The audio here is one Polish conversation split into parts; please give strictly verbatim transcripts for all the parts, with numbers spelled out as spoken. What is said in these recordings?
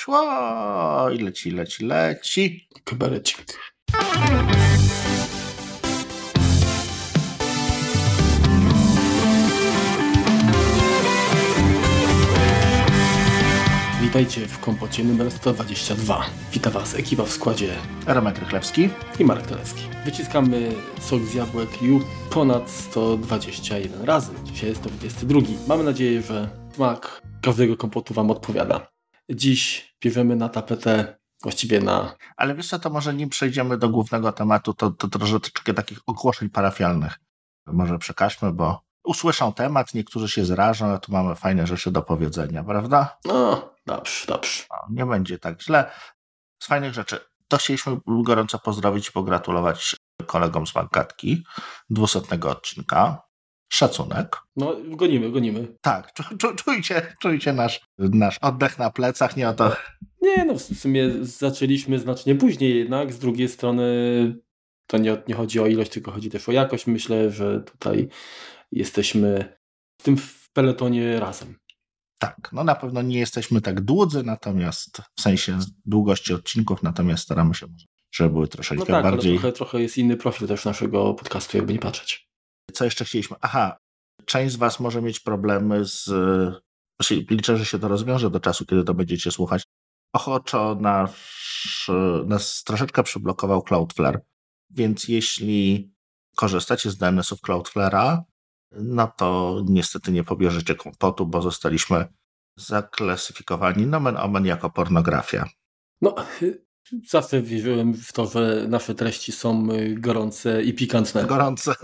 Szło i leci, leci, leci. Kabarecik. Witajcie w Kompocie numer sto dwadzieścia dwa. Wita Was ekipa w składzie Romek Rychlewski i Marek Telecki. Wyciskamy sok z jabłek już ponad sto dwadzieścia jeden razy. Dzisiaj jest to dwudziesty drugi. Mamy nadzieję, że smak każdego kompotu Wam odpowiada. Dziś bierzemy na tapetę, właściwie na... Ale wiesz co, to może nim przejdziemy do głównego tematu, to, to troszeczkę takich ogłoszeń parafialnych. Może przekażmy, bo usłyszą temat, niektórzy się zrażą, a tu mamy fajne rzeczy do powiedzenia, prawda? No, dobrze, dobrze. No, nie będzie tak źle. Z fajnych rzeczy. To chcieliśmy gorąco pozdrowić i pogratulować kolegom z Magatki dwusetnego odcinka. Szacunek. No, gonimy, gonimy. Tak, czu, czu, czujcie, czujcie nasz, nasz oddech na plecach, nie o to. Nie, no w sumie zaczęliśmy znacznie później jednak, z drugiej strony to nie, nie chodzi o ilość, tylko chodzi też o jakość. Myślę, że tutaj jesteśmy w tym w peletonie razem. Tak, no na pewno nie jesteśmy tak dłudzy, natomiast w sensie długości odcinków, natomiast staramy się, żeby były troszeczkę no tak, bardziej... ale trochę, trochę jest inny profil też naszego podcastu, jakby nie patrzeć. Co jeszcze chcieliśmy? Aha, część z Was może mieć problemy z... Liczę, że się to rozwiąże do czasu, kiedy to będziecie słuchać. Ochoczo nasz, nas troszeczkę przyblokował Cloudflare, więc jeśli korzystacie z D N S-ów Cloudflare'a, no to niestety nie pobierzecie kompotu, bo zostaliśmy zaklasyfikowani nomen omen jako pornografia. No, zawsze wierzyłem w to, że nasze treści są gorące i pikantne. Gorące,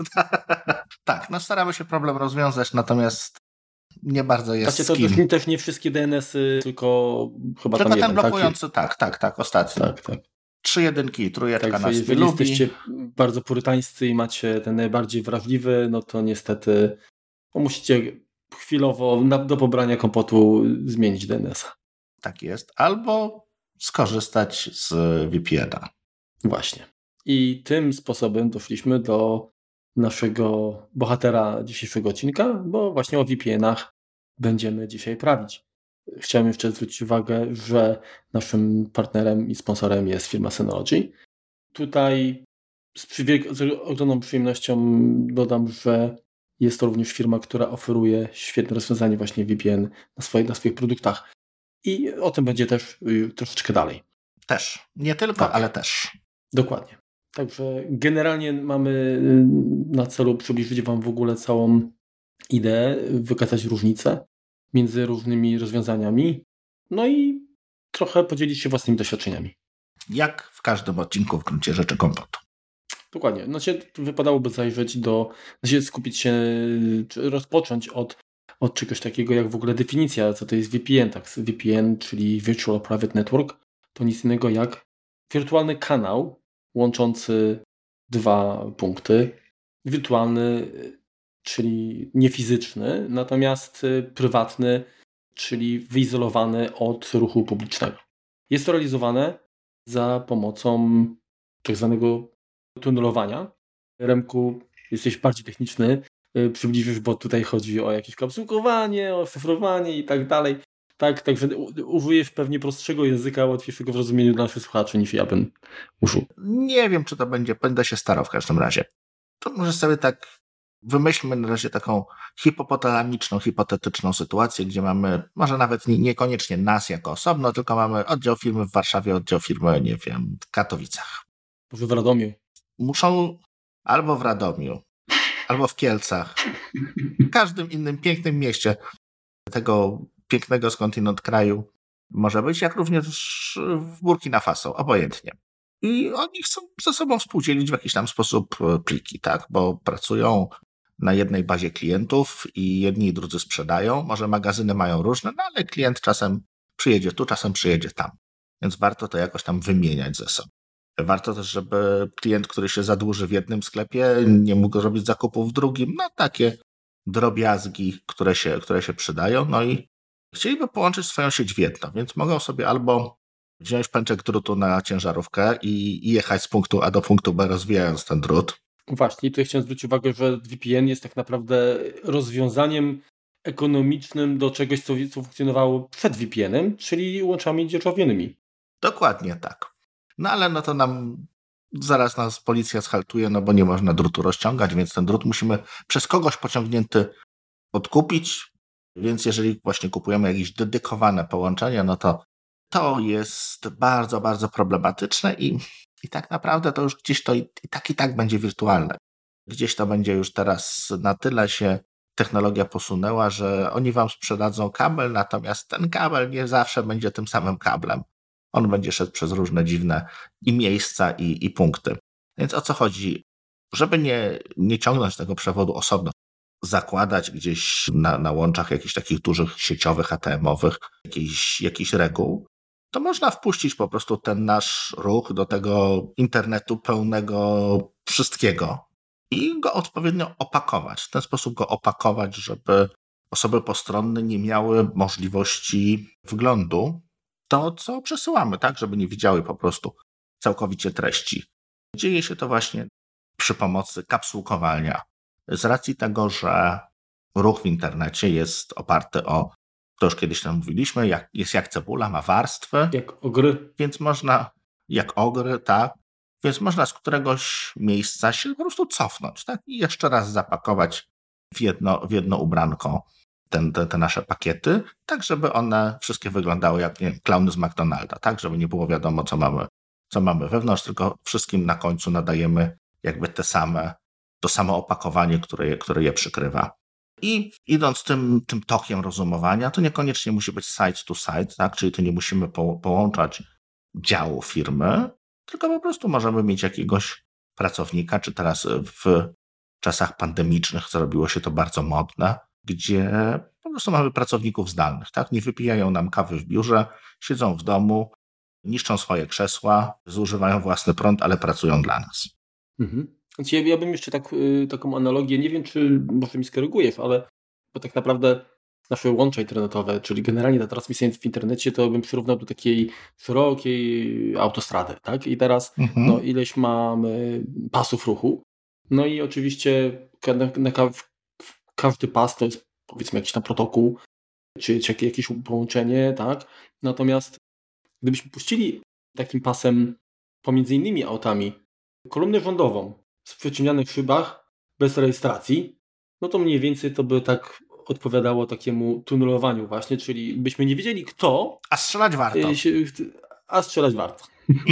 tak. No staramy się problem rozwiązać, natomiast nie bardzo jest znaczy, to z kim. też nie wszystkie D N S-y, tylko chyba tylko tam ten jeden, blokujący, tak? tak, tak, tak, ostatni. Tak, tak. Trzy jedynki i trójeczka tak, nas nie jeżeli lubi. jesteście bardzo purytańscy i macie ten najbardziej wrażliwy, no to niestety no musicie chwilowo na, do pobrania kompotu zmienić D N S-a. Tak jest. Albo skorzystać z V P N-a. Właśnie. I tym sposobem doszliśmy do naszego bohatera dzisiejszego odcinka, bo właśnie o V P N-ach będziemy dzisiaj prawić. Chciałem jeszcze zwrócić uwagę, że naszym partnerem i sponsorem jest firma Synology. Tutaj z, przywiek- z ogromną przyjemnością dodam, że jest to również firma, która oferuje świetne rozwiązanie właśnie V P N na, swoje, na swoich produktach. I o tym będzie też y, troszeczkę dalej. Też. Nie tylko, tak. Ale też. Dokładnie. Także generalnie mamy na celu przybliżyć Wam w ogóle całą ideę, wykazać różnice między różnymi rozwiązaniami, no i trochę podzielić się własnymi doświadczeniami. Jak w każdym odcinku w gruncie rzeczy kompotu. Dokładnie. Znaczy, wypadałoby zajrzeć do, znaczy skupić się, czy rozpocząć od, od czegoś takiego jak w ogóle definicja, co to jest V P N. Tak? V P N, czyli Virtual Private Network, to nic innego jak wirtualny kanał łączący dwa punkty. Wirtualny, czyli niefizyczny, natomiast prywatny, czyli wyizolowany od ruchu publicznego. Jest to realizowane za pomocą tak zwanego tunelowania. Remku, jesteś bardziej techniczny, przybliżysz, bo tutaj chodzi o jakieś kapsułkowanie, o szyfrowanie i tak dalej. Tak, także użyjesz pewnie prostszego języka, łatwiejszego w rozumieniu dla naszych słuchaczy niż ja bym użył. Nie wiem, czy to będzie, będę się starał w każdym razie. To może sobie tak wymyślmy na razie taką hipopotamiczną, hipotetyczną sytuację, gdzie mamy, może nawet nie, niekoniecznie nas jako osobno, tylko mamy oddział firmy w Warszawie, oddział firmy, nie wiem, w Katowicach. Może w Radomiu. Muszą albo w Radomiu, albo w Kielcach, w każdym innym pięknym mieście tego pięknego skądinąd kraju może być, jak również w Burkina Faso, obojętnie. I oni chcą ze sobą współdzielić w jakiś tam sposób pliki, tak? Bo pracują na jednej bazie klientów i jedni i drudzy sprzedają. Może magazyny mają różne, no ale klient czasem przyjedzie tu, czasem przyjedzie tam. Więc warto to jakoś tam wymieniać ze sobą. Warto też, żeby klient, który się zadłuży w jednym sklepie, nie mógł robić zakupów w drugim. No takie drobiazgi, które się, które się przydają. No i chcieliby połączyć swoją sieć w jedno, więc mogą sobie albo wziąć pęczek drutu na ciężarówkę i, i jechać z punktu A do punktu B, rozwijając ten drut. Właśnie, tutaj chciałem zwrócić uwagę, że V P N jest tak naprawdę rozwiązaniem ekonomicznym do czegoś, co, co funkcjonowało przed V P N-em, czyli łączami dzierżawionymi. Dokładnie tak. No ale no to nam zaraz nas policja schaltuje, no bo nie można drutu rozciągać, więc ten drut musimy przez kogoś pociągnięty odkupić, więc jeżeli właśnie kupujemy jakieś dedykowane połączenie, no to to jest bardzo, bardzo problematyczne i, i tak naprawdę to już gdzieś to i, i tak i tak będzie wirtualne. Gdzieś to będzie już teraz na tyle się technologia posunęła, że oni wam sprzedadzą kabel, natomiast ten kabel nie zawsze będzie tym samym kablem. On będzie szedł przez różne dziwne i miejsca, i, i punkty. Więc o co chodzi? Żeby nie, nie ciągnąć tego przewodu osobno, zakładać gdzieś na, na łączach jakichś takich dużych sieciowych, A T M-owych, jakichś, jakichś reguł, to można wpuścić po prostu ten nasz ruch do tego internetu pełnego wszystkiego i go odpowiednio opakować. W ten sposób go opakować, żeby osoby postronne nie miały możliwości wglądu w to, co przesyłamy, tak, żeby nie widziały po prostu całkowicie treści. Dzieje się to właśnie przy pomocy kapsułkowania. Z racji tego, że ruch w internecie jest oparty o, to już kiedyś tam mówiliśmy, jak, jest jak cebula, ma warstwy. Jak ogry. Więc można, jak ogry, tak, więc można z któregoś miejsca się po prostu cofnąć, tak, i jeszcze raz zapakować w jedno, w jedno ubranko ten, te, te nasze pakiety, tak żeby one wszystkie wyglądały jak, nie wiem, klauny z McDonalda, tak, żeby nie było wiadomo, co mamy, co mamy wewnątrz, tylko wszystkim na końcu nadajemy jakby te same, to samo opakowanie, które je, które je przykrywa. I idąc tym, tym tokiem rozumowania, to niekoniecznie musi być site to site, tak? Czyli to nie musimy po, połączać działu firmy, tylko po prostu możemy mieć jakiegoś pracownika, czy teraz w czasach pandemicznych zrobiło się to bardzo modne, gdzie po prostu mamy pracowników zdalnych, tak? Nie wypijają nam kawy w biurze, siedzą w domu, niszczą swoje krzesła, zużywają własny prąd, ale pracują dla nas. Mhm. Znaczy ja, ja bym jeszcze tak, y, taką analogię, nie wiem, czy może mi skorygujesz, ale bo tak naprawdę nasze łącza internetowe, czyli generalnie ta transmisja w internecie, to bym przyrównał do takiej szerokiej autostrady, tak? I teraz Mhm. no ileś mamy pasów ruchu, no i oczywiście ka- na, na ka- każdy pas to jest powiedzmy jakiś tam protokół, czy, czy jakieś połączenie, tak? Natomiast gdybyśmy puścili takim pasem pomiędzy innymi autami kolumnę rządową w przyciemnianych szybach bez rejestracji, no to mniej więcej to by tak odpowiadało takiemu tunelowaniu właśnie, czyli byśmy nie wiedzieli kto, A strzelać warto. y, się, a strzelać warto.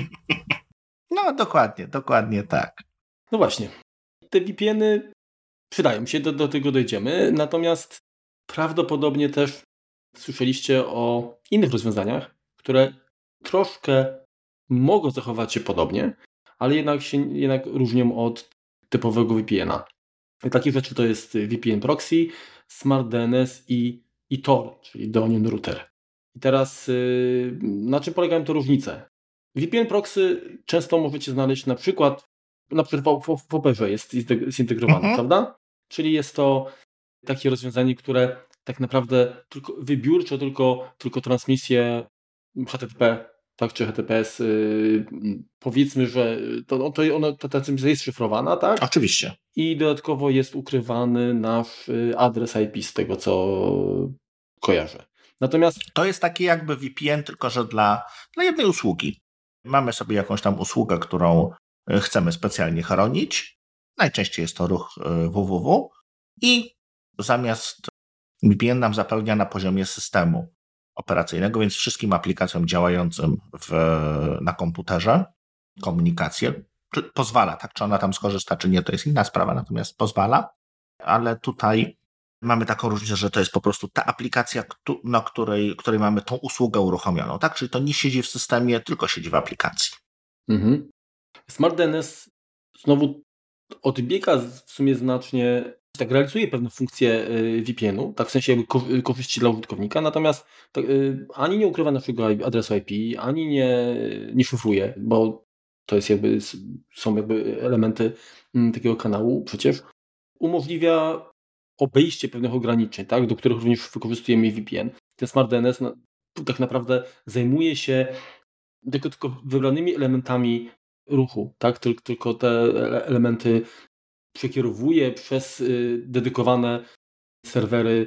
No dokładnie, dokładnie tak. No właśnie. Te V P N-y przydają się, do, do tego dojdziemy, natomiast prawdopodobnie też słyszeliście o innych rozwiązaniach, które troszkę mogą zachować się podobnie, ale jednak się jednak różnią od typowego V P N-a. Takie rzeczy to jest V P N Proxy, Smart D N S i, i Tor, czyli The Onion Router. I teraz yy, na czym polegają te różnice? V P N Proxy często możecie znaleźć na przykład, na przykład w, w, w Opera jest zintegrowane, Mhm. prawda? Czyli jest to takie rozwiązanie, które tak naprawdę tylko wybiórczo tylko, tylko transmisję H T T P, tak, czy H T T P S, yy, powiedzmy, że to, to, ono, ta transmisja jest szyfrowana, tak? Oczywiście. I dodatkowo jest ukrywany nasz adres I P z tego, co kojarzę. Natomiast to jest taki jakby V P N, tylko że dla, dla jednej usługi. Mamy sobie jakąś tam usługę, którą chcemy specjalnie chronić. Najczęściej jest to ruch www i zamiast V P N nam zapewnia na poziomie systemu operacyjnego, więc wszystkim aplikacjom działającym w, na komputerze komunikację czy pozwala, tak, czy ona tam skorzysta, czy nie, to jest inna sprawa, natomiast pozwala, ale tutaj mamy taką różnicę, że to jest po prostu ta aplikacja, na której, której mamy tą usługę uruchomioną, tak, czyli to nie siedzi w systemie, tylko siedzi w aplikacji. Mhm. Smart D N S znowu odbiega w sumie znacznie, tak realizuje pewne funkcje V P N-u, tak w sensie jakby korzyści dla użytkownika, natomiast tak, ani nie ukrywa naszego adresu I P, ani nie, nie szyfruje, bo to jest jakby, są jakby elementy takiego kanału przecież. Umożliwia obejście pewnych ograniczeń, tak, do których również wykorzystujemy V P N. Ten Smart D N S tak naprawdę zajmuje się tylko, tylko wybranymi elementami ruchu, tak, tylko, tylko te elementy przekierowuje przez y, dedykowane serwery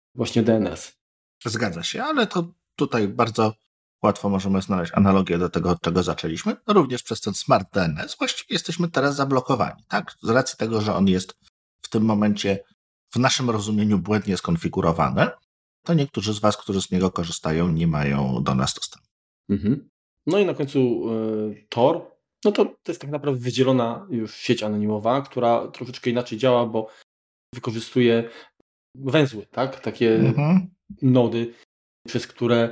właśnie D N S. Zgadza się, ale to tutaj bardzo łatwo możemy znaleźć analogię do tego, od czego zaczęliśmy. Również przez ten Smart D N S właściwie jesteśmy teraz zablokowani, tak? Z racji tego, że on jest w tym momencie w naszym rozumieniu błędnie skonfigurowany, to niektórzy z was, którzy z niego korzystają, nie mają do nas dostępu. Mhm. No i na końcu y, Tor, no to, to jest tak naprawdę wydzielona już sieć anonimowa, która troszeczkę inaczej działa, bo wykorzystuje węzły, tak? Takie Mhm. nody, przez które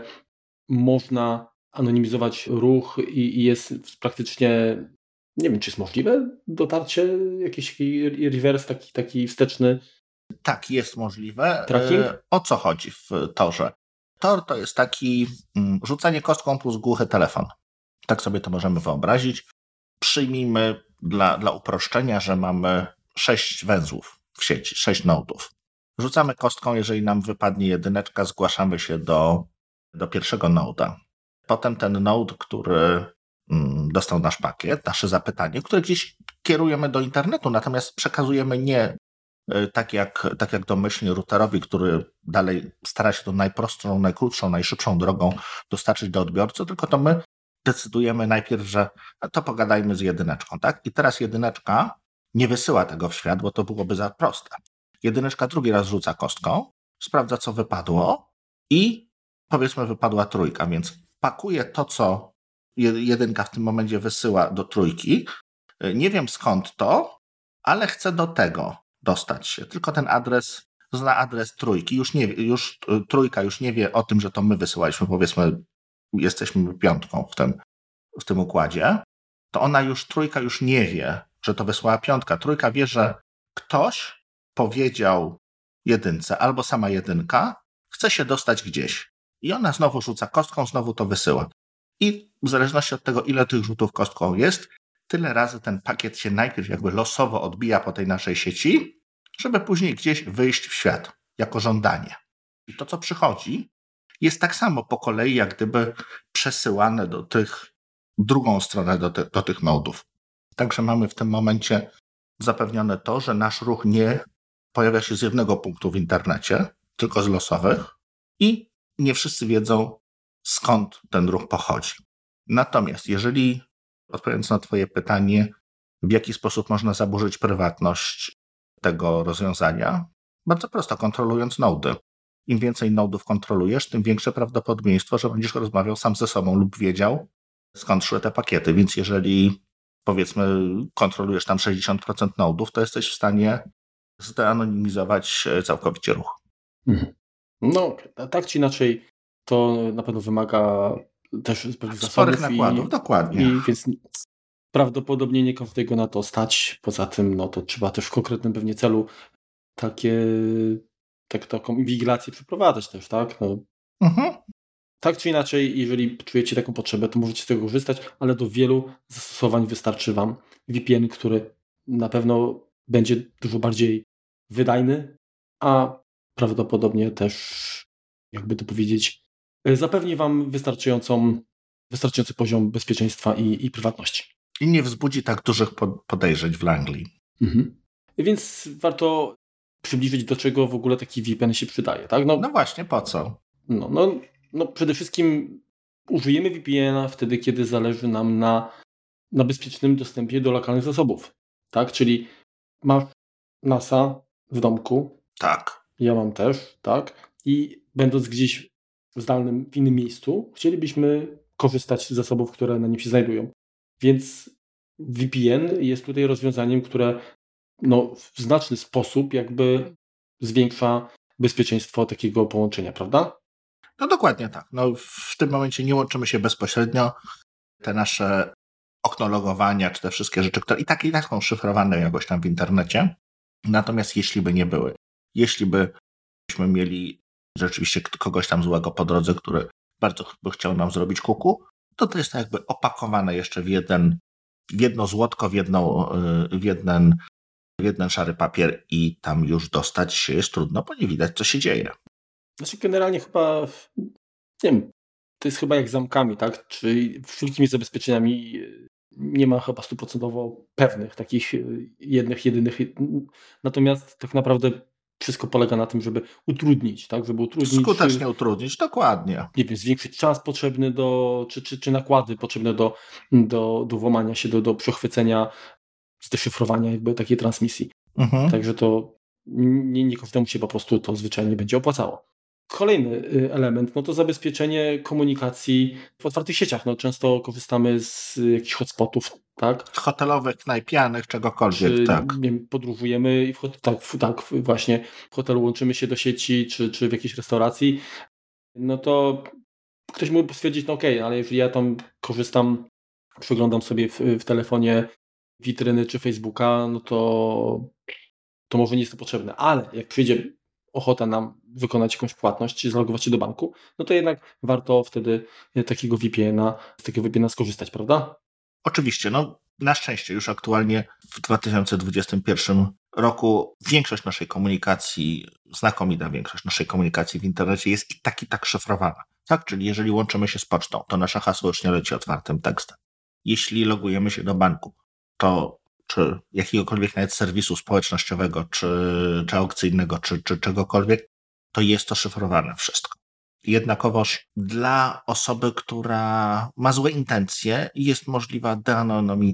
można anonimizować ruch i, i jest praktycznie, nie wiem, czy jest możliwe dotarcie, jakiś taki reverse, taki, taki wsteczny. Tak, jest możliwe. Tracking? E, O co chodzi w Torze? Tor to jest taki mm, rzucanie kostką plus głuchy telefon. Tak sobie to możemy wyobrazić. Przyjmijmy dla, dla uproszczenia, że mamy sześć węzłów w sieci, sześć nodów. Rzucamy kostką, jeżeli nam wypadnie jedyneczka, zgłaszamy się do, do pierwszego noda. Potem ten node, który mm, dostał nasz pakiet, nasze zapytanie, które gdzieś kierujemy do internetu, natomiast przekazujemy nie y, tak jak, tak jak domyślnie routerowi, który dalej stara się tą najprostszą, najkrótszą, najszybszą drogą dostarczyć do odbiorcy, tylko to my decydujemy najpierw, że no to pogadajmy z jedyneczką, tak? I teraz jedyneczka nie wysyła tego w świat, bo to byłoby za proste. Jedyneczka drugi raz rzuca kostką, sprawdza, co wypadło i powiedzmy wypadła trójka, więc pakuje to, co jedynka w tym momencie wysyła do trójki. Nie wiem skąd to, ale chcę do tego dostać się. Tylko ten adres zna adres trójki. Już, nie, już trójka już nie wie o tym, że to my wysyłaliśmy, powiedzmy jesteśmy piątką w tym, w tym układzie, to ona już, trójka już nie wie, że to wysłała piątka. Trójka wie, że ktoś powiedział jedynce, albo sama jedynka chce się dostać gdzieś. I ona znowu rzuca kostką, znowu to wysyła. I w zależności od tego, ile tych rzutów kostką jest, tyle razy ten pakiet się najpierw jakby losowo odbija po tej naszej sieci, żeby później gdzieś wyjść w świat jako żądanie. I to, co przychodzi, jest tak samo po kolei, jak gdyby przesyłane do tych, drugą stronę do, te, do tych nodów. Także mamy w tym momencie zapewnione to, że nasz ruch nie pojawia się z jednego punktu w internecie, tylko z losowych i nie wszyscy wiedzą, skąd ten ruch pochodzi. Natomiast jeżeli, odpowiadając na twoje pytanie, w jaki sposób można zaburzyć prywatność tego rozwiązania? Bardzo prosto, kontrolując nody. Im więcej nodów kontrolujesz, tym większe prawdopodobieństwo, że będziesz rozmawiał sam ze sobą lub wiedział, skąd szły te pakiety. Więc jeżeli, powiedzmy, kontrolujesz tam sześćdziesiąt procent nodów, to jesteś w stanie zdeanonimizować całkowicie ruch. Mhm. No, tak czy inaczej, to na pewno wymaga też pewnych sporych zasobów nakładów, i, dokładnie. I więc prawdopodobnie nie każdego na to stać. Poza tym, no to trzeba też w konkretnym pewnie celu takie, tak, taką inwigilację przeprowadzać też, tak? No, Mhm. tak czy inaczej, jeżeli czujecie taką potrzebę, to możecie z tego korzystać, ale do wielu zastosowań wystarczy wam V P N, który na pewno będzie dużo bardziej wydajny, a prawdopodobnie też, jakby to powiedzieć, zapewni wam wystarczającą, wystarczający poziom bezpieczeństwa i, i prywatności. I nie wzbudzi tak dużych podejrzeń w Langley. Mhm. Więc warto przybliżyć, do czego w ogóle taki V P N się przydaje, tak? No, No właśnie, po co? No, no, no przede wszystkim użyjemy V P N-a wtedy, kiedy zależy nam na, na bezpiecznym dostępie do lokalnych zasobów. Tak? Czyli masz NASA w domku. Tak. Ja mam też, tak? I będąc gdzieś w zdalnym, w innym miejscu, chcielibyśmy korzystać z zasobów, które na nim się znajdują. Więc V P N jest tutaj rozwiązaniem, które no, w znaczny sposób jakby zwiększa bezpieczeństwo takiego połączenia, prawda? No dokładnie tak. No, w tym momencie nie łączymy się bezpośrednio. Te nasze okno logowania, czy te wszystkie rzeczy, które i tak i tak są szyfrowane jakoś tam w internecie. Natomiast jeśli by nie były, jeśli byśmy mieli rzeczywiście kogoś tam złego po drodze, który bardzo by chciał nam zrobić kuku, to to jest tak jakby opakowane jeszcze w jeden, w jedno złotko, w, jedną, w, jeden, w jeden szary papier i tam już dostać się jest trudno, bo nie widać, co się dzieje. Znaczy generalnie chyba, nie wiem, to jest chyba jak z zamkami, tak? Czy wszelkimi zabezpieczeniami nie ma chyba stuprocentowo pewnych, takich jednych, jedynych. Natomiast tak naprawdę wszystko polega na tym, żeby utrudnić, tak? Żeby utrudnić. Skutecznie utrudnić, dokładnie. Nie wiem, zwiększyć czas potrzebny do, czy, czy, czy nakłady potrzebne do, do, do włamania się, do, do przechwycenia, zdeszyfrowania jakby takiej transmisji. Mhm. Także to nie, nie każdemu się po prostu to zwyczajnie będzie opłacało. Kolejny element, no to zabezpieczenie komunikacji w otwartych sieciach. No często korzystamy z jakichś hotspotów, tak? Hotelowych, knajpianych, czegokolwiek, czy, tak. Nie wiem, podróżujemy i w, tak, tak, właśnie w hotelu łączymy się do sieci, czy, czy w jakiejś restauracji, no to ktoś mógłby stwierdzić, no okej, okay, ale jeżeli ja tam korzystam, przeglądam sobie w, w telefonie witryny czy Facebooka, no to, to może nie jest to potrzebne, ale jak przyjdzie ochota nam wykonać jakąś płatność, czy zalogować się do banku, no to jednak warto wtedy takiego V P N-a, z takiego V P N-a skorzystać, prawda? Oczywiście, no na szczęście już aktualnie w dwa tysiące dwudziestym pierwszym roku większość naszej komunikacji, znakomita większość naszej komunikacji w internecie jest i tak i tak szyfrowana. Tak, czyli jeżeli łączymy się z pocztą, to nasze hasło już nie leci otwartym tekstem. Jeśli logujemy się do banku, to czy jakiegokolwiek nawet serwisu społecznościowego, czy, czy aukcyjnego, czy, czy czegokolwiek, to jest to szyfrowane wszystko. Jednakowoż dla osoby, która ma złe intencje, jest możliwa deanomi-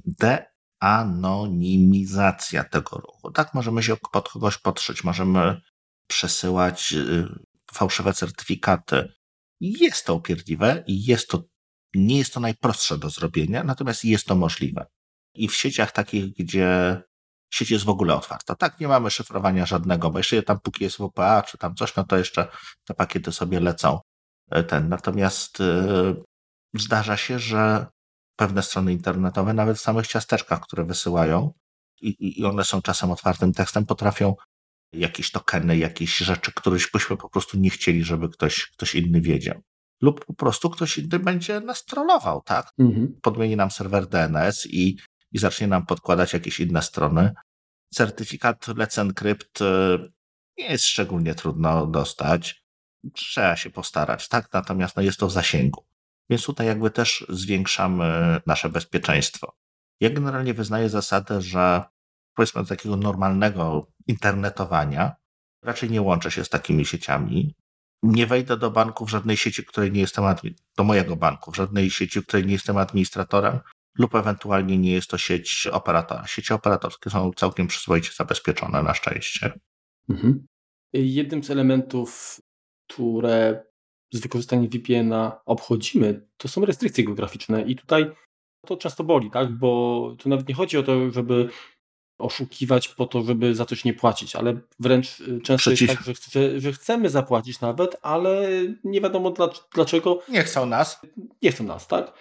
deanonimizacja tego ruchu. Tak, możemy się pod kogoś podszyć, możemy przesyłać fałszywe certyfikaty. Jest to upierdliwe i jest to, nie jest to najprostsze do zrobienia, natomiast jest to możliwe. I w sieciach takich, gdzie sieć jest w ogóle otwarta. Tak, nie mamy szyfrowania żadnego, bo jeszcze tam póki jest W P A czy tam coś, no to jeszcze te pakiety sobie lecą. Ten. Natomiast yy, zdarza się, że pewne strony internetowe, nawet w samych ciasteczkach, które wysyłają i, i one są czasem otwartym tekstem, potrafią jakieś tokeny, jakieś rzeczy, któreś byśmy po prostu nie chcieli, żeby ktoś, ktoś inny wiedział. Lub po prostu ktoś inny będzie nas trollował, tak? Mhm. Podmieni nam serwer D N S i, i zacznie nam podkładać jakieś inne strony. Certyfikat Let's Encrypt nie jest szczególnie trudno dostać. Trzeba się postarać, tak? Natomiast no, jest to w zasięgu. Więc tutaj jakby też zwiększamy nasze bezpieczeństwo. Ja generalnie wyznaję zasadę, że powiedzmy do takiego normalnego internetowania raczej nie łączę się z takimi sieciami. Nie wejdę do banku w żadnej sieci, której nie jestem admi- do mojego banku, w żadnej sieci, w której nie jestem administratorem, lub ewentualnie nie jest to sieć operatora. Sieci operatorskie są całkiem przyzwoicie zabezpieczone, na szczęście. Mhm. Jednym z elementów, które z wykorzystaniem V P N-a obchodzimy, to są restrykcje geograficzne i tutaj to często boli, tak? Bo tu nawet nie chodzi o to, żeby oszukiwać po to, żeby za coś nie płacić, ale wręcz często Przeciw... jest tak, że, chce, że chcemy zapłacić nawet, ale nie wiadomo dla, dlaczego. Nie chcą nas. Nie chcą nas, tak?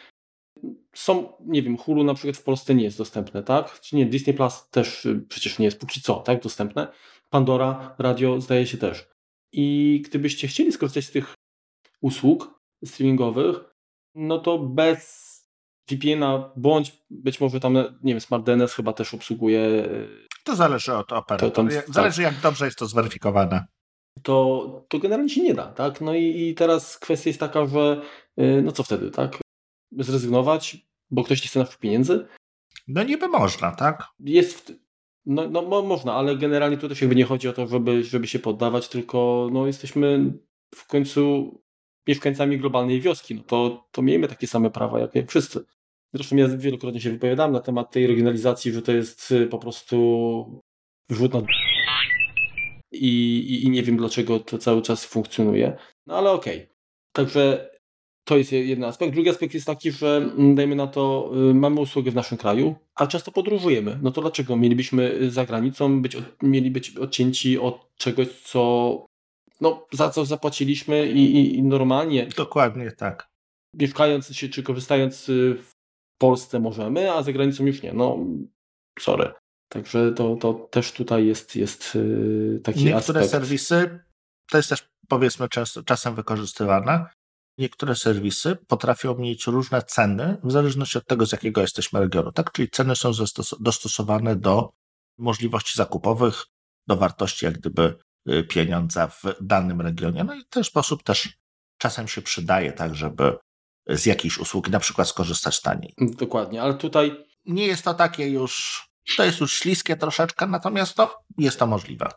Są, nie wiem, Hulu na przykład w Polsce nie jest dostępne, tak? Czy nie, Disney Plus też przecież nie jest póki co, tak? Dostępne. Pandora, radio zdaje się też. I gdybyście chcieli skorzystać z tych usług streamingowych, no to bez V P N-a, bądź być może tam, nie wiem, Smart D N S chyba też obsługuje. To zależy od operatora. Zależy tak. Jak dobrze jest to zweryfikowane. To, to generalnie się nie da, tak? No i, i teraz kwestia jest taka, że no co wtedy, tak? Zrezygnować, bo ktoś nie chce naszych pieniędzy? No niby można, tak? Jest w, no, no mo, można, ale generalnie tu też jakby nie chodzi o to, żeby, żeby się poddawać, tylko no jesteśmy w końcu mieszkańcami globalnej wioski, no to, to miejmy takie same prawa jak, jak wszyscy. Zresztą ja wielokrotnie się wypowiadałem na temat tej regionalizacji, że to jest po prostu rzut na i, i, i nie wiem dlaczego to cały czas funkcjonuje, no ale okej. Okay. Także to jest jeden aspekt. Drugi aspekt jest taki, że dajmy na to, mamy usługę w naszym kraju, a często podróżujemy. No to dlaczego mielibyśmy za granicą być, mieli być odcięci od czegoś, co no, za co zapłaciliśmy i, i, i normalnie. Dokładnie tak. Mieszkając się czy korzystając w Polsce możemy, a za granicą już nie. No, sorry. Także to, to też tutaj jest, jest taki Niektóre aspekt. Niektóre serwisy, to jest też powiedzmy często, czasem wykorzystywane, niektóre serwisy potrafią mieć różne ceny w zależności od tego, z jakiego jesteśmy regionu. Tak? Czyli ceny są dostosowane do możliwości zakupowych, do wartości jak gdyby pieniądza w danym regionie. No i w ten sposób też czasem się przydaje, tak, żeby z jakiejś usługi na przykład skorzystać taniej. Dokładnie, ale tutaj nie jest to takie już, to jest już śliskie troszeczkę, natomiast to jest to możliwe.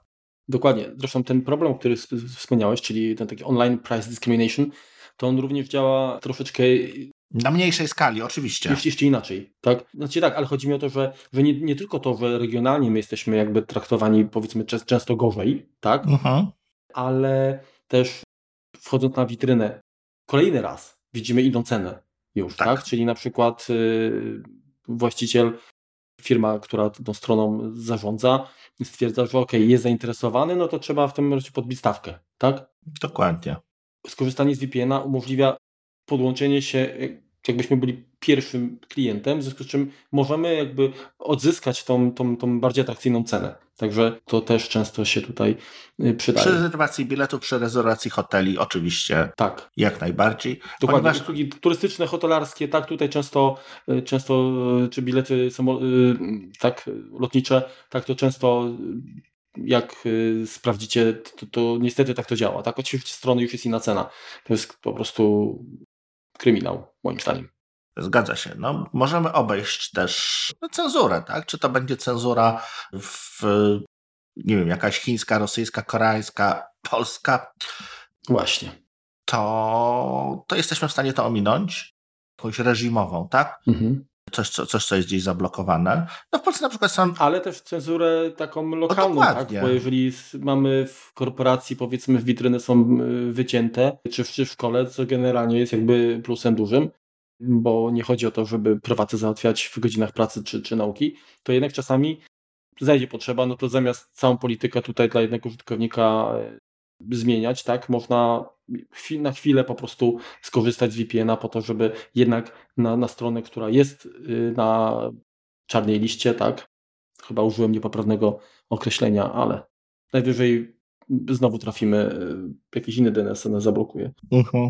Dokładnie. Zresztą ten problem, o którym wspomniałeś, czyli ten taki online price discrimination, to on również działa troszeczkę na mniejszej skali, oczywiście. Jeszcze, jeszcze inaczej, tak? Znaczy tak, ale chodzi mi o to, że, że nie, nie tylko to, że regionalnie my jesteśmy jakby traktowani, powiedzmy, często gorzej, tak? Mhm. Ale też wchodząc na witrynę, kolejny raz widzimy inną cenę już, tak? Tak. Czyli na przykład yy, właściciel, firma, która tą stroną zarządza, stwierdza, że ok, jest zainteresowany, no to trzeba w tym momencie podbić stawkę, tak? Dokładnie. Skorzystanie z V P N a umożliwia podłączenie się, jakbyśmy byli pierwszym klientem, w związku z czym możemy jakby odzyskać tą, tą, tą bardziej atrakcyjną cenę. Także to też często się tutaj przydaje. Przy rezerwacji biletu, przy rezerwacji hoteli oczywiście. Tak. Jak najbardziej. Dokładnie. Ponieważ... Usługi turystyczne, hotelarskie, tak, tutaj często, często czy bilety samo, tak, lotnicze, tak to często jak sprawdzicie, to, to niestety tak to działa. Tak, oczywiście strony już jest inna cena. To jest po prostu kryminał, moim zdaniem. Zgadza się. No, możemy obejść też cenzurę, tak? Czy to będzie cenzura w, nie wiem, jakaś chińska, rosyjska, koreańska, polska. Właśnie. To, to jesteśmy w stanie to ominąć. Jakąś reżimową, tak? Mhm. Coś, co, coś, co jest gdzieś zablokowane. No w Polsce na przykład są... Ale też cenzurę taką lokalną, no, tak? Bo jeżeli mamy w korporacji, powiedzmy, witryny są wycięte, czy w, czy w szkole, co generalnie jest jakby plusem dużym, bo nie chodzi o to, żeby prywatę załatwiać w godzinach pracy czy, czy nauki, to jednak czasami zajdzie potrzeba, no to zamiast całą politykę tutaj dla jednego użytkownika zmieniać, tak, można na chwilę po prostu skorzystać z V P N a po to, żeby jednak na, na stronę, która jest na czarnej liście, tak, chyba użyłem niepoprawnego określenia, ale najwyżej znowu trafimy, jakiś inny D N S nas zablokuje. Uh-huh.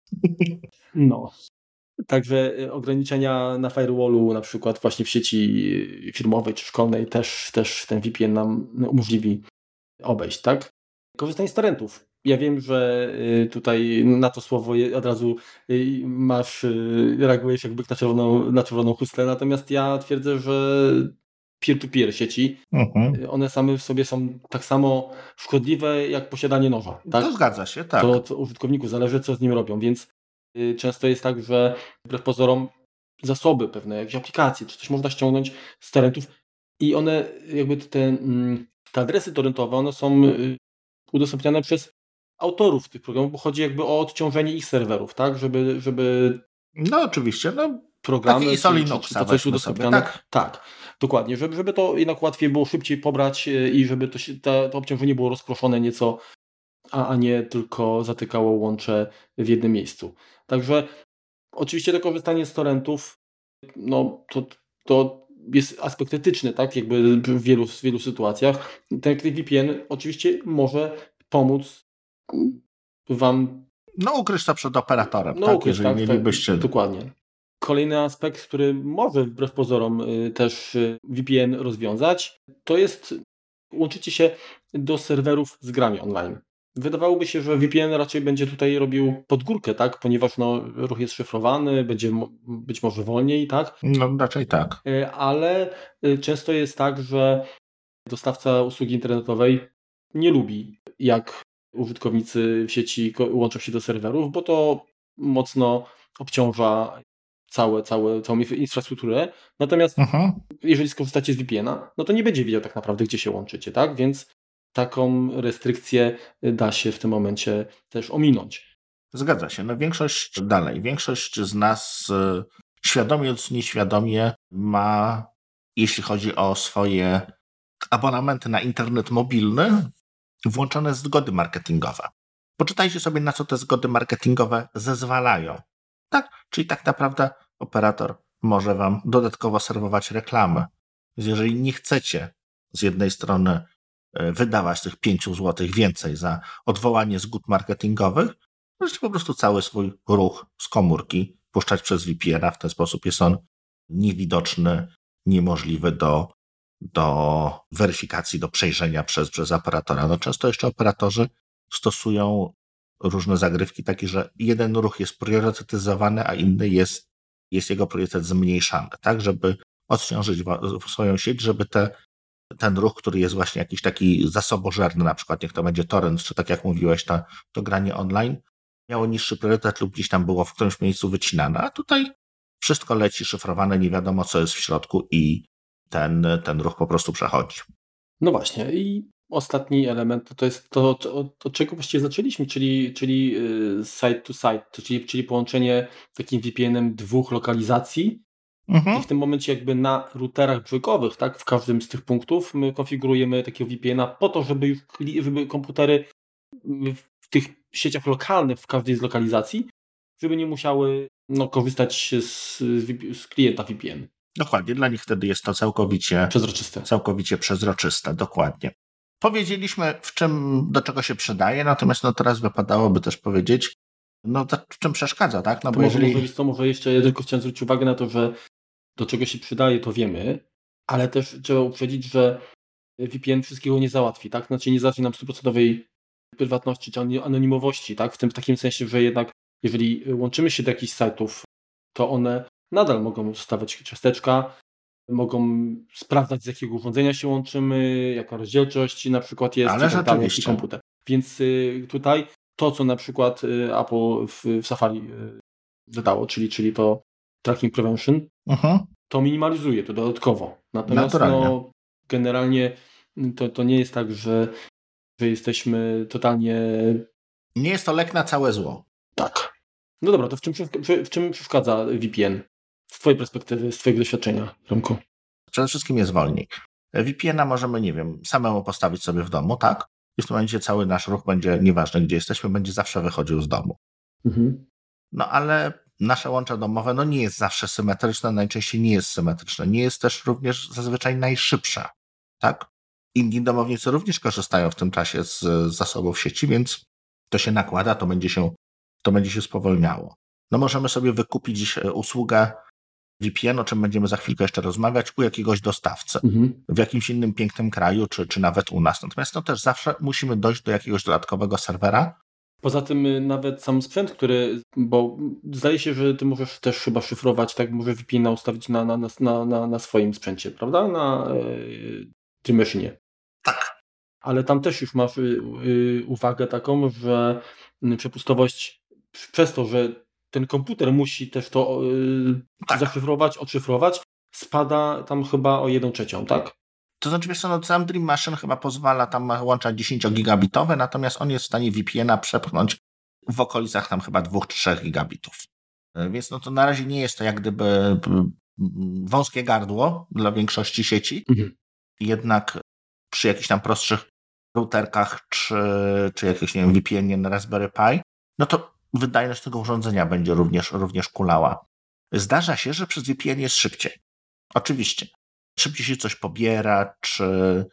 No. Także ograniczenia na firewallu, na przykład właśnie w sieci firmowej czy szkolnej też, też ten V P N nam umożliwi obejść, tak? Korzystanie z torrentów. Ja wiem, że tutaj na to słowo od razu masz, reagujesz jak byk na czerwoną, na czerwoną chustę, natomiast ja twierdzę, że peer-to-peer sieci, uh-huh. one same w sobie są tak samo szkodliwe jak posiadanie noża. Tak? To zgadza się, tak. To od użytkowników zależy, co z nim robią, więc często jest tak, że wbrew pozorom zasoby pewne, jakieś aplikacje, czy coś można ściągnąć z torrentów i one jakby te, te adresy torrentowe, one są udostępniane przez autorów tych programów, bo chodzi jakby o odciążenie ich serwerów, tak, żeby, żeby no oczywiście, no programy, taki czy, czy, czy to coś udostępniane. Sobie, tak? tak, dokładnie, żeby, żeby to jednak łatwiej było szybciej pobrać i żeby to, to, to obciążenie było rozproszone nieco, a, a nie tylko zatykało łącze w jednym miejscu. Także oczywiście to korzystanie z torrentów, no to, to jest aspekt etyczny, tak, jakby w wielu, w wielu sytuacjach. Ten V P N oczywiście może pomóc wam... No ukryć to przed operatorem, no, tak, ukryć, jeżeli tak, mielibyście... Tak, dokładnie. Kolejny aspekt, który może wbrew pozorom też V P N rozwiązać, to jest łączycie się do serwerów z grami online. Wydawałoby się, że V P N raczej będzie tutaj robił pod górkę, tak? Ponieważ no, ruch jest szyfrowany, będzie mo- być może wolniej, tak? No raczej tak. Ale często jest tak, że dostawca usługi internetowej nie lubi, jak użytkownicy w sieci łączą się do serwerów, bo to mocno obciąża całe, całe, całą infrastrukturę. Natomiast uh-huh. jeżeli skorzystacie z V P N a, no to nie będzie wiedział tak naprawdę, gdzie się łączycie, tak? Więc taką restrykcję da się w tym momencie też ominąć. Zgadza się. No większość dalej, większość z nas świadomie lub nieświadomie ma, jeśli chodzi o swoje abonamenty na internet mobilny, włączone zgody marketingowe. Poczytajcie sobie, na co te zgody marketingowe zezwalają. Tak, czyli tak naprawdę operator może wam dodatkowo serwować reklamy. Więc jeżeli nie chcecie z jednej strony wydawać tych pięć złotych więcej za odwołanie zgód marketingowych, możecie po prostu cały swój ruch z komórki puszczać przez V P N a. W ten sposób jest on niewidoczny, niemożliwy do, do weryfikacji, do przejrzenia przez, przez operatora. No często jeszcze operatorzy stosują różne zagrywki takie, że jeden ruch jest priorytetyzowany, a inny jest, jest jego priorytet zmniejszany, tak, żeby odciążyć swoją sieć, żeby te ten ruch, który jest właśnie jakiś taki zasobożerny, na przykład niech to będzie torrent, czy tak jak mówiłeś, to, to granie online, miało niższy priorytet lub gdzieś tam było w którymś miejscu wycinane, a tutaj wszystko leci szyfrowane, nie wiadomo co jest w środku i ten, ten ruch po prostu przechodzi. No właśnie i ostatni element to jest to, od, od czego właściwie zaczęliśmy, czyli, czyli site to site, czyli, czyli połączenie takim V P N-em dwóch lokalizacji. Mhm. I w tym momencie jakby na routerach brzegowych, tak, w każdym z tych punktów my konfigurujemy takiego V P N-a po to, żeby już żeby komputery w tych sieciach lokalnych w każdej z lokalizacji, żeby nie musiały no, korzystać z, z klienta V P N. Dokładnie, dla nich wtedy jest to całkowicie przezroczyste. Całkowicie przezroczyste, dokładnie. Powiedzieliśmy, w czym, do czego się przydaje, natomiast no teraz wypadałoby też powiedzieć, no to w czym przeszkadza, tak? No to bo może, jeżeli... może, to może jeszcze ja tylko chciałem zwrócić uwagę na to, że do czego się przydaje, to wiemy, ale też trzeba uprzedzić, że V P N wszystkiego nie załatwi, tak? Znaczy nie załatwi nam stuprocentowej prywatności czy anonimowości, tak? W tym w takim sensie, że jednak jeżeli łączymy się do jakichś sajtów, to one nadal mogą stawiać ciasteczka, mogą sprawdzać, z jakiego urządzenia się łączymy, jaka rozdzielczość na przykład jest, ale tak dalej, jaki komputer. Więc y, tutaj to, co na przykład y, Apple w, w Safari y, wydało, czyli, czyli to Tracking Prevention, uh-huh. to minimalizuje to dodatkowo. Natomiast no, generalnie to, to nie jest tak, że, że jesteśmy totalnie... Nie jest to lek na całe zło. Tak. No dobra, to w czym, w czym przeszkadza V P N? Z twojej perspektywy, z twojego doświadczenia, Romku? Przede wszystkim jest wolniej. V P N-a możemy, nie wiem, samemu postawić sobie w domu, tak? I w tym momencie cały nasz ruch będzie, nieważne gdzie jesteśmy, będzie zawsze wychodził z domu. Mhm. No ale nasze łącze domowe no nie jest zawsze symetryczne, najczęściej nie jest symetryczne. Nie jest też również zazwyczaj najszybsze, tak? Inni domownicy również korzystają w tym czasie z, z zasobów sieci, więc to się nakłada, to będzie się, to będzie się spowolniało. No możemy sobie wykupić usługę V P N, o czym będziemy za chwilkę jeszcze rozmawiać, u jakiegoś dostawcy mhm. w jakimś innym pięknym kraju, czy, czy nawet u nas. Natomiast no też zawsze musimy dojść do jakiegoś dodatkowego serwera. Poza tym nawet sam sprzęt, który, bo zdaje się, że ty możesz też chyba szyfrować, tak, możesz V P N ustawić na, na, na, na, na swoim sprzęcie, prawda? Na yy, tym maszynie. Tak. Ale tam też już masz yy, uwagę taką, że przepustowość przez to, że ten komputer musi też to yy, tak. zaszyfrować, odszyfrować, spada tam chyba o jedną trzecią, tak? To znaczy, wiesz co, no, sam Dream Machine chyba pozwala tam łącza dziesięciogigabitowe, natomiast on jest w stanie V P N-a przepchnąć w okolicach tam chyba dwóch czy trzech gigabitów. Więc no to na razie nie jest to jak gdyby wąskie gardło dla większości sieci. Mhm. Jednak przy jakichś tam prostszych routerkach czy, czy jakimś, nie wiem, V P N-ie na Raspberry Pi, no to wydajność tego urządzenia będzie również, również kulała. Zdarza się, że przez V P N jest szybciej. Oczywiście. Szybciej się coś pobiera, czy,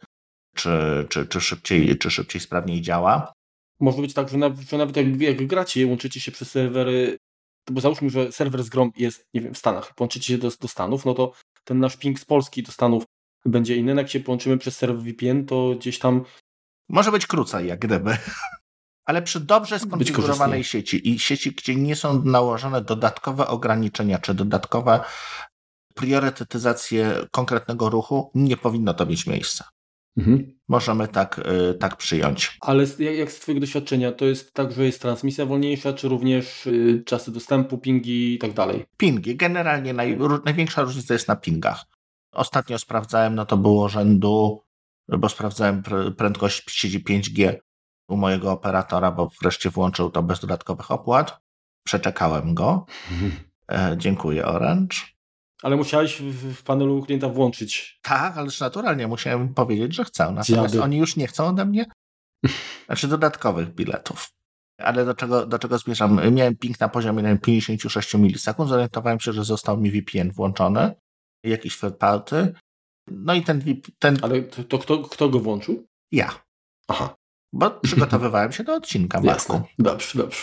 czy, czy, czy, szybciej, czy szybciej sprawniej działa. Może być tak, że nawet, że nawet jak, jak gracie, łączycie się przez serwery, bo załóżmy, że serwer z grą jest, nie wiem, w Stanach, łączycie się do, do Stanów, no to ten nasz ping z Polski do Stanów będzie inny. Jak się połączymy przez serwer V P N, to gdzieś tam... Może być krócej, jak gdyby. Ale przy dobrze skonfigurowanej sieci i sieci, gdzie nie są nałożone dodatkowe ograniczenia, czy dodatkowe priorytetyzację konkretnego ruchu, nie powinno to mieć miejsca. Mhm. Możemy tak, y, tak przyjąć. Ale jak, jak z twojego doświadczenia, to jest tak, że jest transmisja wolniejsza, czy również y, czasy dostępu, pingi i tak dalej? Pingi. Generalnie naj, największa różnica jest na pingach. Ostatnio sprawdzałem, no to było rzędu, bo sprawdzałem pr- prędkość sieci pięć G u mojego operatora, bo wreszcie włączył to bez dodatkowych opłat. Przeczekałem go. Mhm. E, dziękuję, Orange. Ale musiałeś w, w panelu klienta włączyć. Tak, ależ naturalnie musiałem powiedzieć, że chcę. Natomiast Dziady. Oni już nie chcą ode mnie znaczy dodatkowych biletów. Ale do czego, do czego zmierzam? Miałem ping na poziomie pięćdziesiąt sześć milisekund. Zorientowałem się, że został mi V P N włączony. Jakiś third party. No i ten... ten... Ale to, to kto, kto go włączył? Ja. Aha. Bo przygotowywałem się do odcinka. Jasne. Dobrze, dobrze.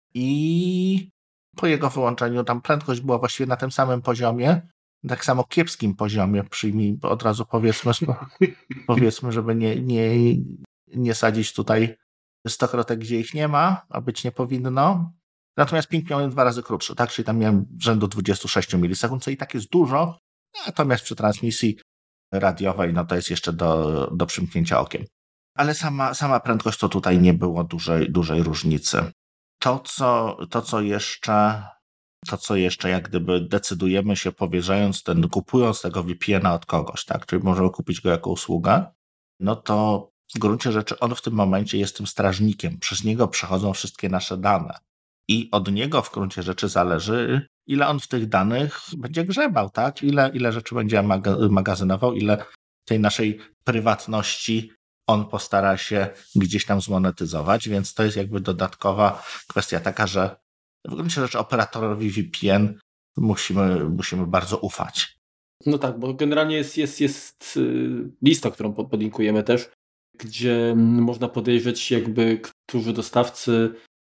I... po jego wyłączeniu tam prędkość była właściwie na tym samym poziomie, tak samo kiepskim poziomie, przyjmij, od razu powiedzmy, powiedzmy, żeby nie, nie, nie sadzić tutaj stokrotek, gdzie ich nie ma, a być nie powinno. Natomiast ping miałem dwa razy krótszy, tak? Czyli tam miałem rzędu dwadzieścia sześć milisekund, co i tak jest dużo, natomiast przy transmisji radiowej, no to jest jeszcze do, do przymknięcia okiem. Ale sama, sama prędkość to tutaj nie było dużej, dużej różnicy. To co, to, co jeszcze, to, co jeszcze jak gdyby decydujemy się powierzając ten, kupując tego V P N a od kogoś, tak, czyli możemy kupić go jako usługę, no to w gruncie rzeczy on w tym momencie jest tym strażnikiem. Przez niego przechodzą wszystkie nasze dane. I od niego w gruncie rzeczy zależy, ile on w tych danych będzie grzebał, tak? Ile, ile rzeczy będzie maga- magazynował, ile tej naszej prywatności on postara się gdzieś tam zmonetyzować, więc to jest jakby dodatkowa kwestia taka, że w gruncie rzeczy operatorowi V P N musimy, musimy bardzo ufać. No tak, bo generalnie jest, jest, jest lista, którą podlinkujemy też, gdzie można podejrzeć jakby, którzy dostawcy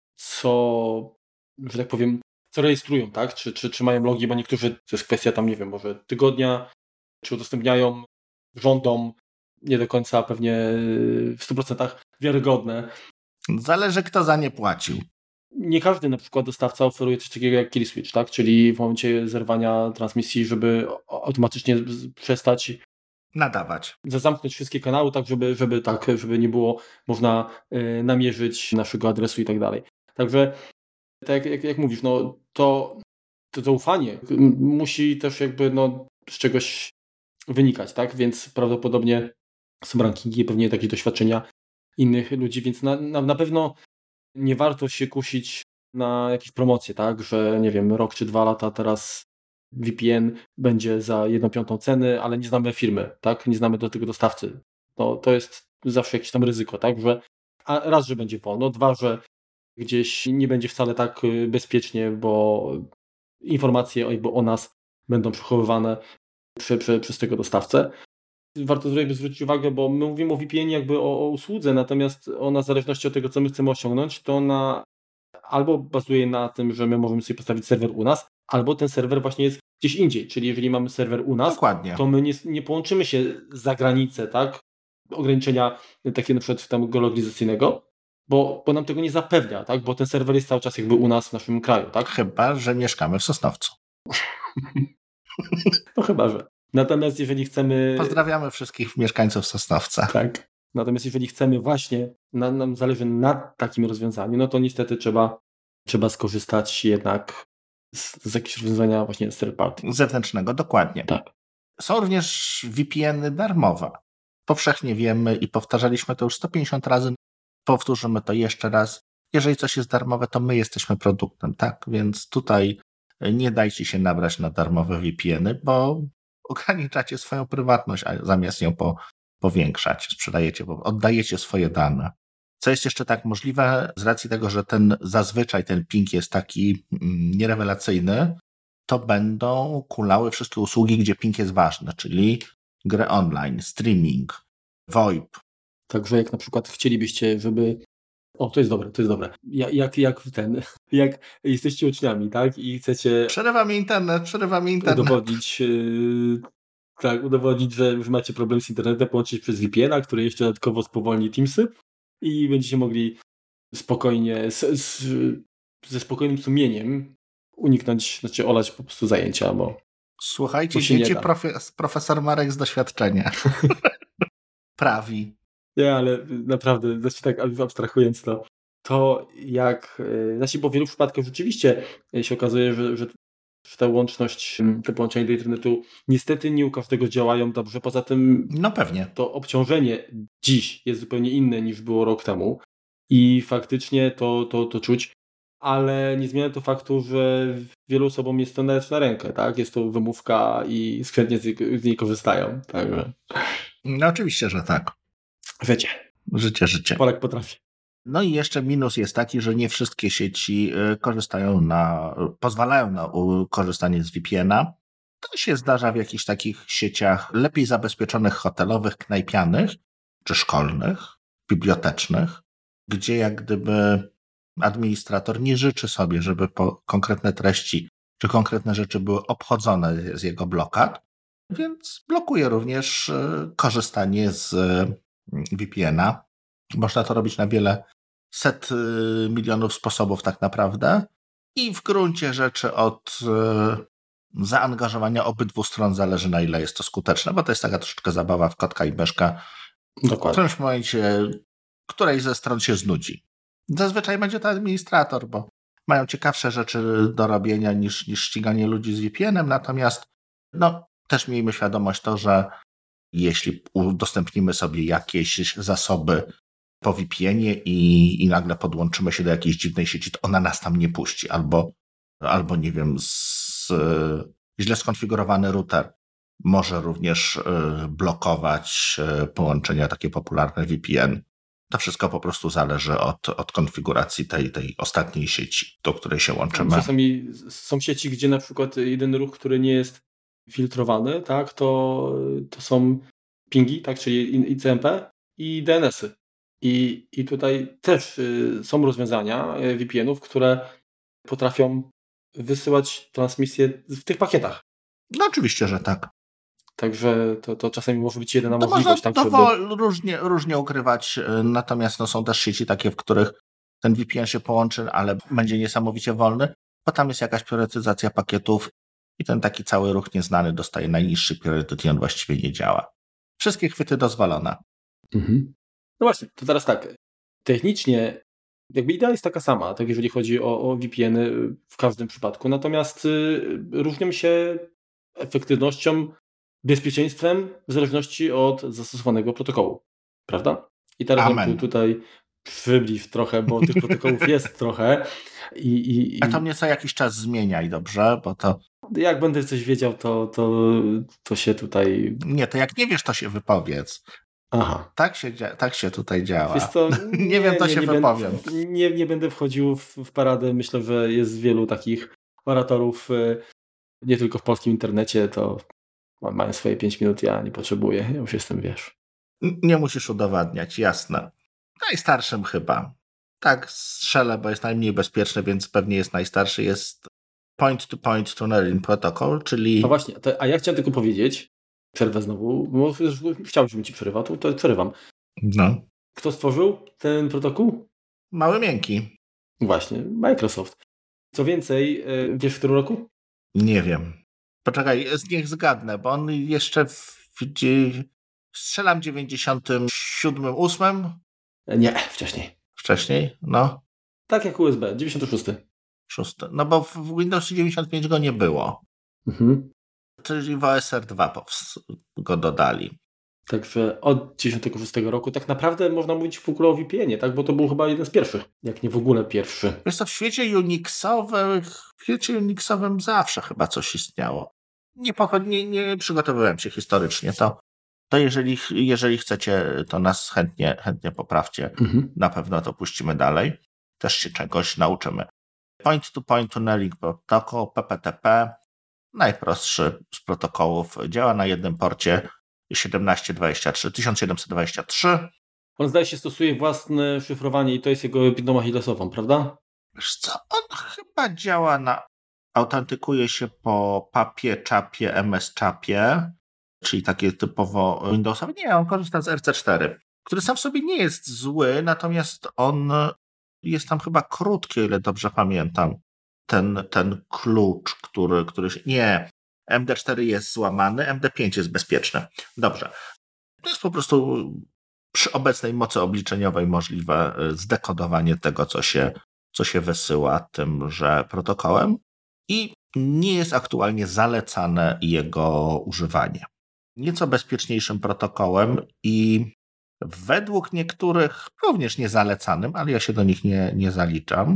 co, że tak powiem, co rejestrują, tak? Czy, czy, czy mają logi, bo niektórzy, to jest kwestia tam, nie wiem, może tygodnia, czy udostępniają rządom, nie do końca pewnie w stu procentach wiarygodne. Zależy, kto za nie płacił. Nie każdy na przykład dostawca oferuje coś takiego jak kill switch, tak? Czyli w momencie zerwania transmisji, żeby automatycznie przestać nadawać. Zamknąć wszystkie kanały, tak żeby, żeby tak, żeby nie było można y, namierzyć naszego adresu i tak dalej. Także tak jak, jak mówisz, no to, to zaufanie musi też jakby no, z czegoś wynikać, tak? Więc prawdopodobnie są rankingi, pewnie takie doświadczenia innych ludzi, więc na, na, na pewno nie warto się kusić na jakieś promocje, tak? Że nie wiem, rok czy dwa lata teraz V P N będzie za jedną piątą ceny, ale nie znamy firmy, tak? Nie znamy do tego dostawcy. No, to jest zawsze jakieś tam ryzyko, tak? Że a raz, że będzie wolno, dwa, że gdzieś nie będzie wcale tak bezpiecznie, bo informacje o, jakby o nas będą przechowywane przy, przy, przez tego dostawcę. Warto sobie zwrócić uwagę, bo my mówimy o V P N jakby o, o usłudze, natomiast ona w zależności od tego, co my chcemy osiągnąć, to ona albo bazuje na tym, że my możemy sobie postawić serwer u nas, albo ten serwer właśnie jest gdzieś indziej. Czyli jeżeli mamy serwer u nas, Dokładnie. to my nie, nie połączymy się za granicę, tak? Ograniczenia takie na przykład tam geolokalizacyjnego, bo, bo nam tego nie zapewnia, tak? Bo ten serwer jest cały czas jakby u nas w naszym kraju, tak? Chyba że mieszkamy w Sosnowcu. No chyba, że. Natomiast jeżeli chcemy... Pozdrawiamy wszystkich mieszkańców Sosnowca. Tak. Natomiast jeżeli chcemy właśnie, na, nam zależy na takim rozwiązaniu, no to niestety trzeba, trzeba skorzystać jednak z, z jakiegoś rozwiązania właśnie z third party. Zewnętrznego, dokładnie. Tak. Są również V P N y darmowe. Powszechnie wiemy i powtarzaliśmy to już sto pięćdziesiąt razy. Powtórzymy to jeszcze raz. Jeżeli coś jest darmowe, to my jesteśmy produktem, tak? Więc tutaj nie dajcie się nabrać na darmowe V P N y, bo ograniczacie swoją prywatność, a zamiast ją po, powiększać, sprzedajecie, oddajecie swoje dane. Co jest jeszcze tak możliwe, z racji tego, że ten zazwyczaj ten ping jest taki mm, nierewelacyjny, to będą kulały wszystkie usługi, gdzie ping jest ważny, czyli gry online, streaming, VoIP. Także jak na przykład chcielibyście, żeby... O, to jest dobre, to jest dobre. Jak, jak, jak ten, jak jesteście uczniami, tak? I chcecie... Przerywa mi internet, przerywa mi internet. Udowodnić, yy, tak, udowodnić, że, że macie problem z internetem, połączyć przez V P N a, który jeszcze dodatkowo spowolni Teamsy i będziecie mogli spokojnie, z, z, ze spokojnym sumieniem uniknąć, znaczy olać po prostu zajęcia, bo Słuchajcie, bo się dzieci, nie da. profe- profesor Marek z doświadczenia. Prawi. Nie, ale naprawdę, znaczy tak abstrahując to, to jak, yy, znaczy bo w wielu przypadkach rzeczywiście się okazuje, że, że że ta łączność, te połączenia do internetu niestety nie u każdego działają dobrze. Poza tym No pewnie. to obciążenie dziś jest zupełnie inne niż było rok temu i faktycznie to, to, to czuć, ale nie zmienia to faktu, że wielu osobom jest to nawet na rękę, tak? Jest to wymówka i skrzętnie z niej korzystają. Także... No oczywiście, że tak. Życie. Życie, życie. Polak potrafi. No i jeszcze minus jest taki, że nie wszystkie sieci korzystają na, pozwalają na korzystanie z V P N a. To się zdarza w jakichś takich sieciach lepiej zabezpieczonych, hotelowych, knajpianych, czy szkolnych, bibliotecznych, gdzie jak gdyby administrator nie życzy sobie, żeby po konkretne treści czy konkretne rzeczy były obchodzone z jego blokad, więc blokuje również korzystanie z V P N a. Można to robić na wiele set milionów sposobów tak naprawdę i w gruncie rzeczy od zaangażowania obydwu stron zależy, na ile jest to skuteczne, bo to jest taka troszeczkę zabawa w kotka i myszka. Dokładnie. W którymś momencie którejś ze stron się znudzi. Zazwyczaj będzie to administrator, bo mają ciekawsze rzeczy do robienia niż, niż ściganie ludzi z V P N-em, natomiast no, też miejmy świadomość to, że jeśli udostępnimy sobie jakieś zasoby po V P N-ie i, i nagle podłączymy się do jakiejś dziwnej sieci, to ona nas tam nie puści. Albo, albo nie wiem, z, źle skonfigurowany router może również y, blokować y, połączenia takie popularne V P N. To wszystko po prostu zależy od, od konfiguracji tej, tej ostatniej sieci, do której się łączymy. Czasami są sieci, gdzie na przykład jeden ruch, który nie jest filtrowany, tak, to, to są pingi, tak, czyli I C M P i D N S-y. I, i tutaj też y, są rozwiązania y, V P N-ów, które potrafią wysyłać transmisję w tych pakietach. No oczywiście, że tak. Także to, to czasami może być jedyna to możliwość. Można tak, to żeby... różnie, różnie ukrywać, natomiast no, są też sieci takie, w których ten V P N się połączy, ale będzie niesamowicie wolny, bo tam jest jakaś priorytetyzacja pakietów i ten taki cały ruch nieznany dostaje najniższy priorytet i on właściwie nie działa. Wszystkie chwyty dozwolone. Mhm. No właśnie, to teraz tak. Technicznie jakby idea jest taka sama, tak jeżeli chodzi o, o V P N-y w każdym przypadku, natomiast y, różnią się efektywnością, bezpieczeństwem w zależności od zastosowanego protokołu, prawda? I teraz Amen. tu, tutaj przybliż trochę, bo tych protokołów jest trochę. I, i, i... A to mnie co jakiś czas zmieniaj, dobrze? Bo to... Jak będę coś wiedział, to, to, to się tutaj... Nie, to jak nie wiesz, to się wypowiedz. Aha. Tak się, tak się tutaj działa. Wiesz co, nie, nie wiem, to nie, się nie wypowiem. Będę, nie, nie będę wchodził w, w paradę. Myślę, że jest wielu takich oratorów, nie tylko w polskim internecie, to mają swoje pięć minut, ja nie potrzebuję. Ja już jestem, wiesz. Nie musisz udowadniać, jasne. Najstarszym chyba. Tak, strzelę, bo jest najmniej bezpieczny, więc pewnie jest najstarszy. Jest Point-to-Point Tunneling Protocol, czyli... No właśnie, to, a ja chciałem tylko powiedzieć, przerwę znowu, bo chciałbym, żebym ci przerywał, to, to przerywam. No. Kto stworzył ten protokół? Mały miękki. Właśnie, Microsoft. Co więcej, wiesz w którym roku? Nie wiem. Poczekaj, niech zgadnę, bo on jeszcze w... Strzelam w dziewięćdziesiątym siódmym, ósmym? Nie, wcześniej. Wcześniej? No. Tak jak U S B, dziewięćdziesiąty szósty. Szósty. No bo w Windows dziewięćdziesiąt pięć go nie było. Mhm. Czyli w O S R dwa go dodali. Także od dziewięćdziesiątego szóstego roku tak naprawdę można mówić w ogóle o V P N-ie, tak? Bo to był chyba jeden z pierwszych, jak nie w ogóle pierwszy. Wiesz co, w świecie Unixowym, w świecie Unixowym zawsze chyba coś istniało. Nie, nie, nie przygotowywałem się historycznie, to, to jeżeli, jeżeli chcecie, to nas chętnie, chętnie poprawcie. Mhm. Na pewno to puścimy dalej. Też się czegoś nauczymy. Point-to-Point Tunneling Protocol, P P T P, najprostszy z protokołów, działa na jednym porcie siedemnaście dwadzieścia trzy, tysiąc siedemset dwadzieścia trzy. On zdaje się stosuje własne szyfrowanie i to jest jego piętną achillesową, prawda? Wiesz co, on chyba działa na... autentykuje się po papie, czapie, M S czapie, czyli takie typowo Windowsowe. Nie, on korzysta z R C cztery, który sam w sobie nie jest zły, natomiast on jest tam chyba krótki, o ile dobrze pamiętam. Ten, ten klucz, który, który się... Nie, M D cztery jest złamany, M D pięć jest bezpieczny. Dobrze. To jest po prostu przy obecnej mocy obliczeniowej możliwe zdekodowanie tego, co się, co się wysyła tymże protokołem i nie jest aktualnie zalecane jego używanie. Nieco bezpieczniejszym protokołem i według niektórych również niezalecanym, ale ja się do nich nie, nie zaliczam,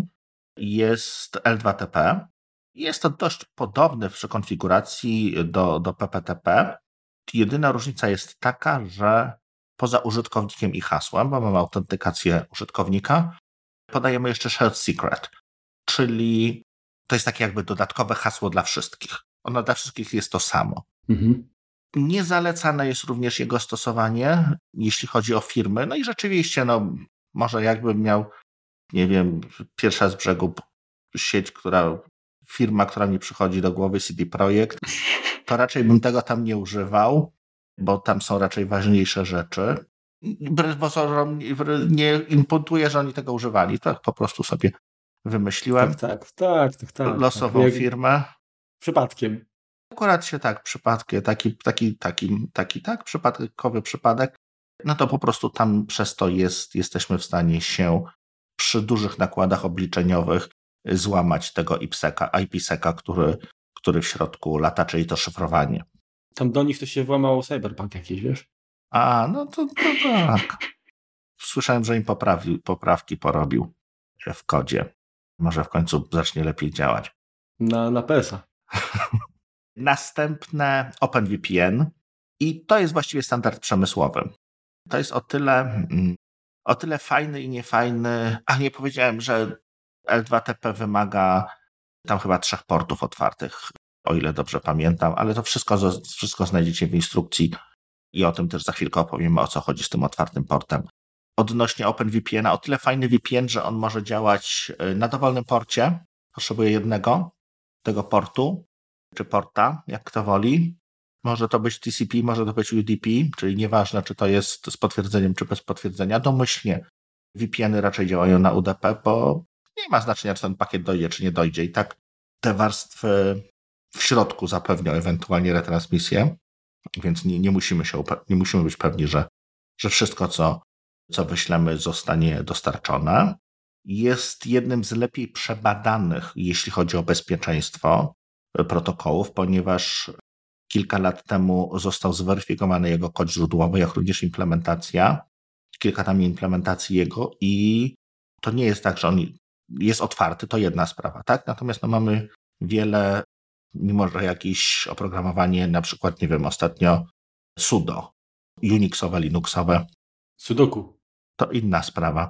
jest L dwa T P. Jest to dość podobny przy konfiguracji do, do P P T P. Jedyna różnica jest taka, że poza użytkownikiem i hasłem, bo mamy autentykację użytkownika, podajemy jeszcze shared secret, czyli to jest takie jakby dodatkowe hasło dla wszystkich. Ono dla wszystkich jest to samo. Mhm. Niezalecane jest również jego stosowanie, jeśli chodzi o firmy. No i rzeczywiście, no może jakbym miał, nie wiem, pierwsza z brzegu sieć, która, firma, która mi przychodzi do głowy, C D Projekt, to raczej bym tego tam nie używał, bo tam są raczej ważniejsze rzeczy. Wbrew pozorom nie imputuję, że oni tego używali. Tak po prostu sobie wymyśliłem. Tak, tak, tak, tak, tak. Losową tak. firmę. Przypadkiem. akurat się tak, przypadkiem, taki, taki, taki, taki, tak, przypadkowy przypadek, no to po prostu tam przez to jest, jesteśmy w stanie się przy dużych nakładach obliczeniowych złamać tego I P seka, I P seka, który, który w środku lata, czyli to szyfrowanie. Tam do nich to się włamało Cyberpunk jakieś, wiesz? A, no to, to tak. Słyszałem, że im poprawi, poprawki porobił w kodzie. Może w końcu zacznie lepiej działać. Na, na P S a. Następne OpenVPN i to jest właściwie standard przemysłowy. To jest o tyle, o tyle fajny i niefajny, a nie powiedziałem, że L dwa T P wymaga tam chyba trzech portów otwartych, o ile dobrze pamiętam, ale to wszystko, wszystko znajdziecie w instrukcji i o tym też za chwilkę opowiemy, o co chodzi z tym otwartym portem. Odnośnie OpenVPN-a, o tyle fajny V P N, że on może działać na dowolnym porcie, potrzebuje jednego tego portu, czy porta, jak kto woli. Może to być T C P, może to być U D P, czyli nieważne, czy to jest z potwierdzeniem, czy bez potwierdzenia. Domyślnie V P N-y raczej działają na U D P, bo nie ma znaczenia, czy ten pakiet dojdzie, czy nie dojdzie. I tak te warstwy w środku zapewnią ewentualnie retransmisję, więc nie, nie, musimy, się, nie musimy być pewni, że, że wszystko, co, co wyślemy, zostanie dostarczone. Jest jednym z lepiej przebadanych, jeśli chodzi o bezpieczeństwo protokołów, ponieważ kilka lat temu został zweryfikowany jego kod źródłowy, jak również implementacja. Kilka tam implementacji jego i to nie jest tak, że on jest otwarty, to jedna sprawa, tak? Natomiast no, mamy wiele, mimo że jakieś oprogramowanie, na przykład, nie wiem, ostatnio sudo, Unixowe, Linuxowe. Sudoku. To inna sprawa.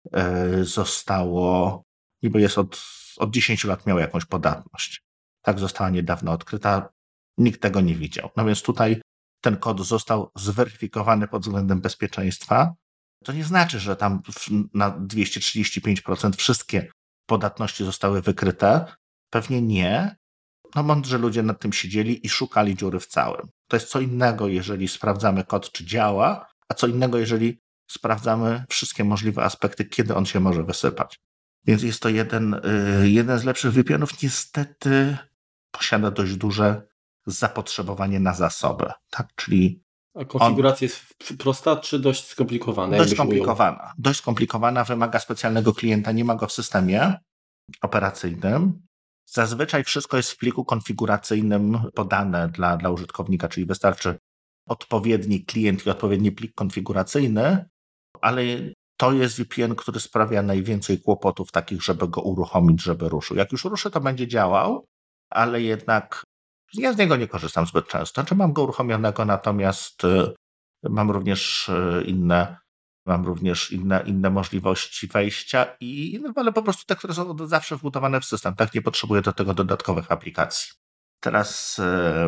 Yy, zostało, niby jest od, od dziesięciu lat miał jakąś podatność. Tak została niedawno odkryta. Nikt tego nie widział. No więc tutaj ten kod został zweryfikowany pod względem bezpieczeństwa. To nie znaczy, że tam na dwieście trzydzieści pięć procent wszystkie podatności zostały wykryte. Pewnie nie. No mądrzy ludzie nad tym siedzieli i szukali dziury w całym. To jest co innego, jeżeli sprawdzamy kod, czy działa, a co innego, jeżeli sprawdzamy wszystkie możliwe aspekty, kiedy on się może wysypać. Więc jest to jeden, jeden z lepszych V P N-ów. Niestety posiada dość duże zapotrzebowanie na zasoby. Tak? Czyli a konfiguracja on, jest prosta, czy dość skomplikowana? Dość skomplikowana. Dość skomplikowana, wymaga specjalnego klienta, nie ma go w systemie operacyjnym. Zazwyczaj wszystko jest w pliku konfiguracyjnym podane dla, dla użytkownika, czyli wystarczy odpowiedni klient i odpowiedni plik konfiguracyjny, ale to jest V P N, który sprawia najwięcej kłopotów takich, żeby go uruchomić, żeby ruszył. Jak już ruszy, to będzie działał, ale jednak ja z niego nie korzystam zbyt często. Znaczy mam go uruchomionego, natomiast mam również inne, mam również inne, inne możliwości wejścia, i, no, ale po prostu te, które są zawsze wbudowane w system. Tak, nie potrzebuję do tego dodatkowych aplikacji. Teraz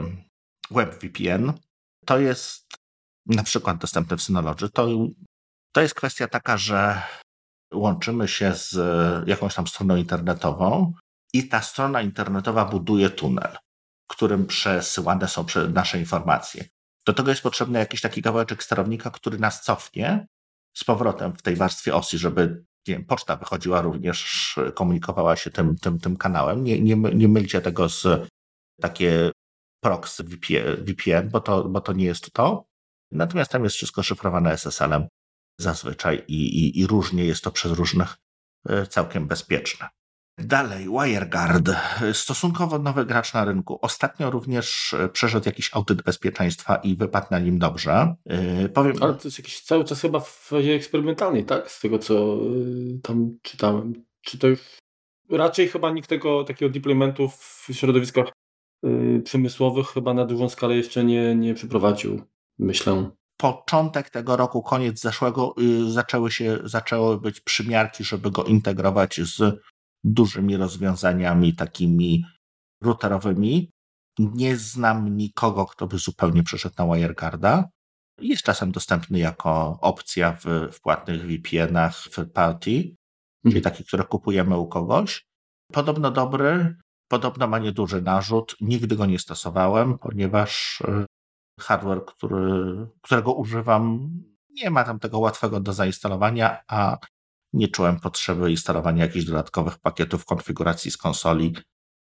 WebVPN to jest na przykład dostępny w Synology. To, to jest kwestia taka, że łączymy się z jakąś tam stroną internetową i ta strona internetowa buduje tunel, którym przesyłane są nasze informacje. Do tego jest potrzebny jakiś taki kawałeczek sterownika, który nas cofnie z powrotem w tej warstwie O S I, żeby nie wiem, poczta wychodziła również, komunikowała się tym, tym, tym kanałem. Nie, nie, nie mylcie tego z takie proxy V P N, bo to, bo to nie jest to. Natomiast tam jest wszystko szyfrowane S S L-em zazwyczaj i, i, i różnie jest to przez różnych całkiem bezpieczne. Dalej, WireGuard. Stosunkowo nowy gracz na rynku. Ostatnio również przeszedł jakiś audyt bezpieczeństwa i wypadł na nim dobrze. Yy, powiem... Ale to jest jakiś cały czas chyba w fazie eksperymentalnej, tak? Z tego, co yy, tam czytałem. Czy to już raczej chyba nikt tego takiego deploymentu w środowiskach yy, przemysłowych chyba na dużą skalę jeszcze nie, nie przeprowadził, myślę. Początek tego roku, koniec zeszłego yy, zaczęły się, zaczęły być przymiarki, żeby go integrować z dużymi rozwiązaniami takimi routerowymi. Nie znam nikogo, kto by zupełnie przeszedł na WireGuarda. Jest czasem dostępny jako opcja w, w płatnych V P N-ach third party, hmm. czyli takie, które kupujemy u kogoś. Podobno dobry, podobno ma nieduży narzut. Nigdy go nie stosowałem, ponieważ hardware, który, którego używam, nie ma tam tego łatwego do zainstalowania, a nie czułem potrzeby instalowania jakichś dodatkowych pakietów konfiguracji z konsoli,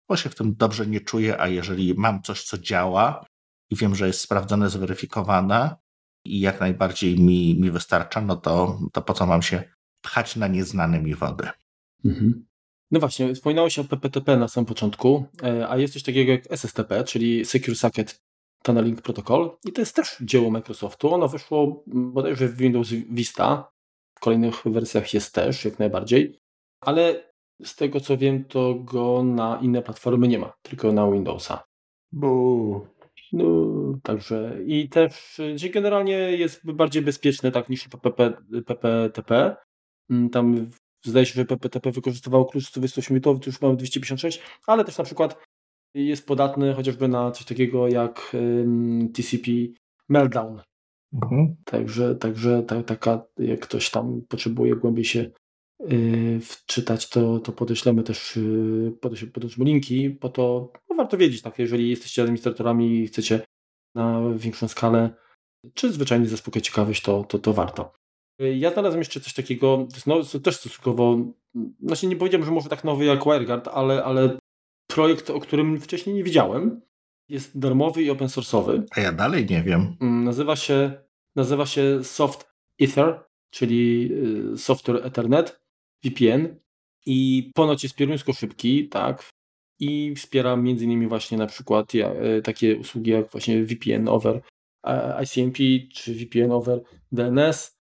bo się w tym dobrze nie czuję, a jeżeli mam coś, co działa i wiem, że jest sprawdzone, zweryfikowane i jak najbardziej mi, mi wystarcza, no to, to po co mam się pchać na nieznane mi wody. Mhm. No właśnie, wspominałeś o P P T P na samym początku, a jest coś takiego jak S S T P, czyli Secure Socket Tunneling Protocol i to jest też dzieło Microsoftu. Ono wyszło bodajże w Windows Vista, w kolejnych wersjach jest też jak najbardziej, ale z tego co wiem, to go na inne platformy nie ma, tylko na Windowsa. Bo... No, także i też generalnie jest bardziej bezpieczny tak niż P P T P. Tam zdaje się, że P P T P wykorzystywało klucz sto dwadzieścia osiem bitowy, to już mamy dwieście pięćdziesiąt sześć, ale też na przykład jest podatny chociażby na coś takiego jak um, T C P Meltdown. Mhm. Także, także ta, taka, jak ktoś tam potrzebuje głębiej się yy, wczytać, to, to podeślemy też yy, podeślemy, podeślemy linki, bo to no, warto wiedzieć, tak, jeżeli jesteście administratorami i chcecie na większą skalę, czy zwyczajnie zaspokojać ciekawość, to, to, to warto. Ja znalazłem jeszcze coś takiego, to jest no, to też stosunkowo, znaczy nie powiedziałem, że może tak nowy jak WireGuard, ale, ale projekt, o którym wcześniej nie wiedziałem, jest darmowy i open source'owy. A ja dalej nie wiem. Nazywa się, nazywa się Soft Ether, czyli Software Ethernet, V P N i ponoć jest pieruńsko szybki, tak, i wspiera między innymi właśnie na przykład ja, takie usługi jak właśnie V P N over I C M P czy V P N over D N S.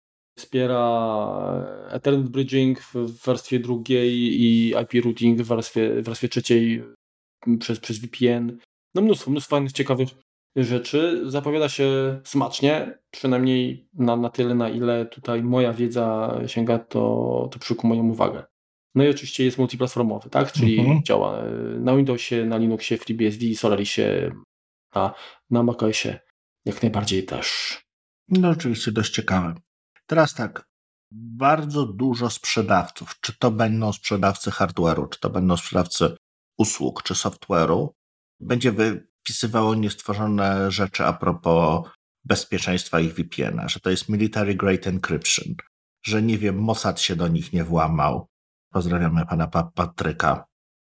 Wspiera Ethernet Bridging w warstwie drugiej i I P Routing w warstwie, w warstwie trzeciej przez, przez V P N. No mnóstwo, mnóstwo fajnych, ciekawych rzeczy. Zapowiada się smacznie, przynajmniej na, na tyle, na ile tutaj moja wiedza sięga, to, to przykuł moją uwagę. No i oczywiście jest multiplatformowy, tak? Czyli mhm. działa na Windowsie, na Linuxie, FreeBSD, Solarisie, na, na macOSie jak najbardziej też. No oczywiście dość ciekawe. Teraz tak, bardzo dużo sprzedawców, czy to będą sprzedawcy hardware'u, czy to będą sprzedawcy usług, czy software'u, będzie wypisywało niestworzone rzeczy a propos bezpieczeństwa ich V P N a, że to jest military grade encryption, że nie wiem, Mossad się do nich nie włamał. Pozdrawiamy pana pa- Patryka.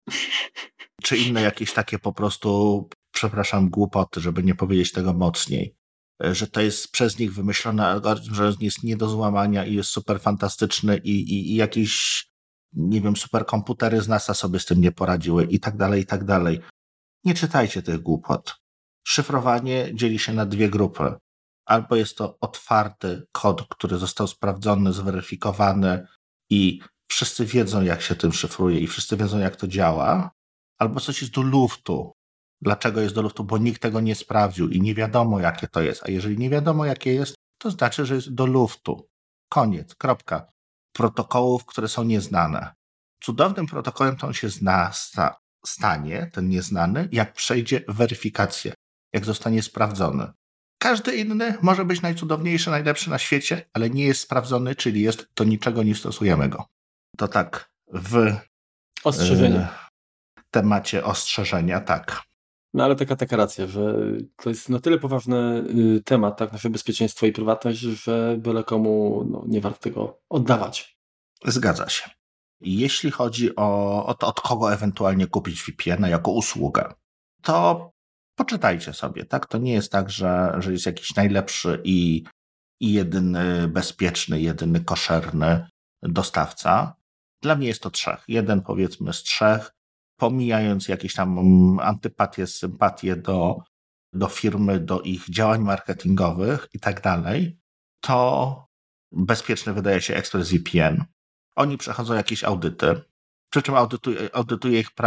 Czy inne jakieś takie po prostu, przepraszam, głupoty, żeby nie powiedzieć tego mocniej. Że to jest przez nich wymyślony algorytm, że jest nie do złamania i jest super fantastyczny i, i, i jakieś, nie wiem, superkomputery z NASA sobie z tym nie poradziły i tak dalej, i tak dalej. Nie czytajcie tych głupot. Szyfrowanie dzieli się na dwie grupy. Albo jest to otwarty kod, który został sprawdzony, zweryfikowany i wszyscy wiedzą, jak się tym szyfruje i wszyscy wiedzą, jak to działa, albo coś jest do luftu. Dlaczego jest do luftu? Bo nikt tego nie sprawdził i nie wiadomo, jakie to jest. A jeżeli nie wiadomo, jakie jest, to znaczy, że jest do luftu. Koniec, kropka. Protokołów, które są nieznane. Cudownym protokołem to on się zna, sta, stanie, ten nieznany, jak przejdzie weryfikację, jak zostanie sprawdzony. Każdy inny może być najcudowniejszy, najlepszy na świecie, ale nie jest sprawdzony, czyli jest do niczego, nie stosujemy go. To tak w Ostrzeżenie. y, temacie ostrzeżenia, tak. No ale taka taka racja, że to jest na tyle poważny y, temat, tak, nasze bezpieczeństwo i prywatność, że byle komu no, nie warto tego oddawać. Zgadza się. Jeśli chodzi o, o to, od kogo ewentualnie kupić V P N a jako usługę, to poczytajcie sobie, tak? To nie jest tak, że, że jest jakiś najlepszy i, i jedyny bezpieczny, jedyny koszerny dostawca. Dla mnie jest to trzech. Jeden powiedzmy z trzech, pomijając jakieś tam antypatie, sympatie do, do firmy, do ich działań marketingowych i tak dalej, to bezpieczny wydaje się Express V P N. Oni przechodzą jakieś audyty, przy czym audytuje, audytuje ich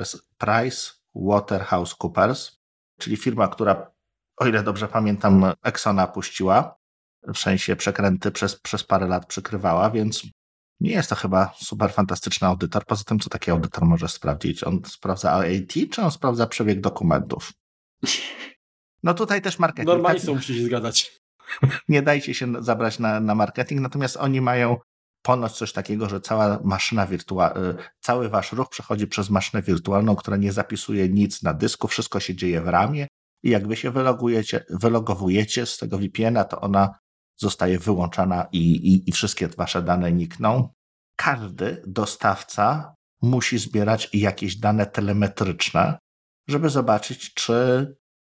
PricewaterhouseCoopers, czyli firma, która, o ile dobrze pamiętam, Exxona puściła, w sensie przekręty przez, przez parę lat przykrywała, więc nie jest to chyba super fantastyczny audytor. Poza tym, co taki audytor może sprawdzić? On sprawdza A A T, czy on sprawdza przebieg dokumentów? No tutaj też marketing. Normalnie tak, musi się zgadzać. Nie dajcie się zabrać na, na marketing, natomiast oni mają ponoć coś takiego, że cała maszyna wirtualna, cały wasz ruch przechodzi przez maszynę wirtualną, która nie zapisuje nic na dysku, wszystko się dzieje w ramie i jak wy się wylogujecie, wylogowujecie z tego V P N a, to ona zostaje wyłączana i, i, i wszystkie wasze dane nikną. Każdy dostawca musi zbierać jakieś dane telemetryczne, żeby zobaczyć, czy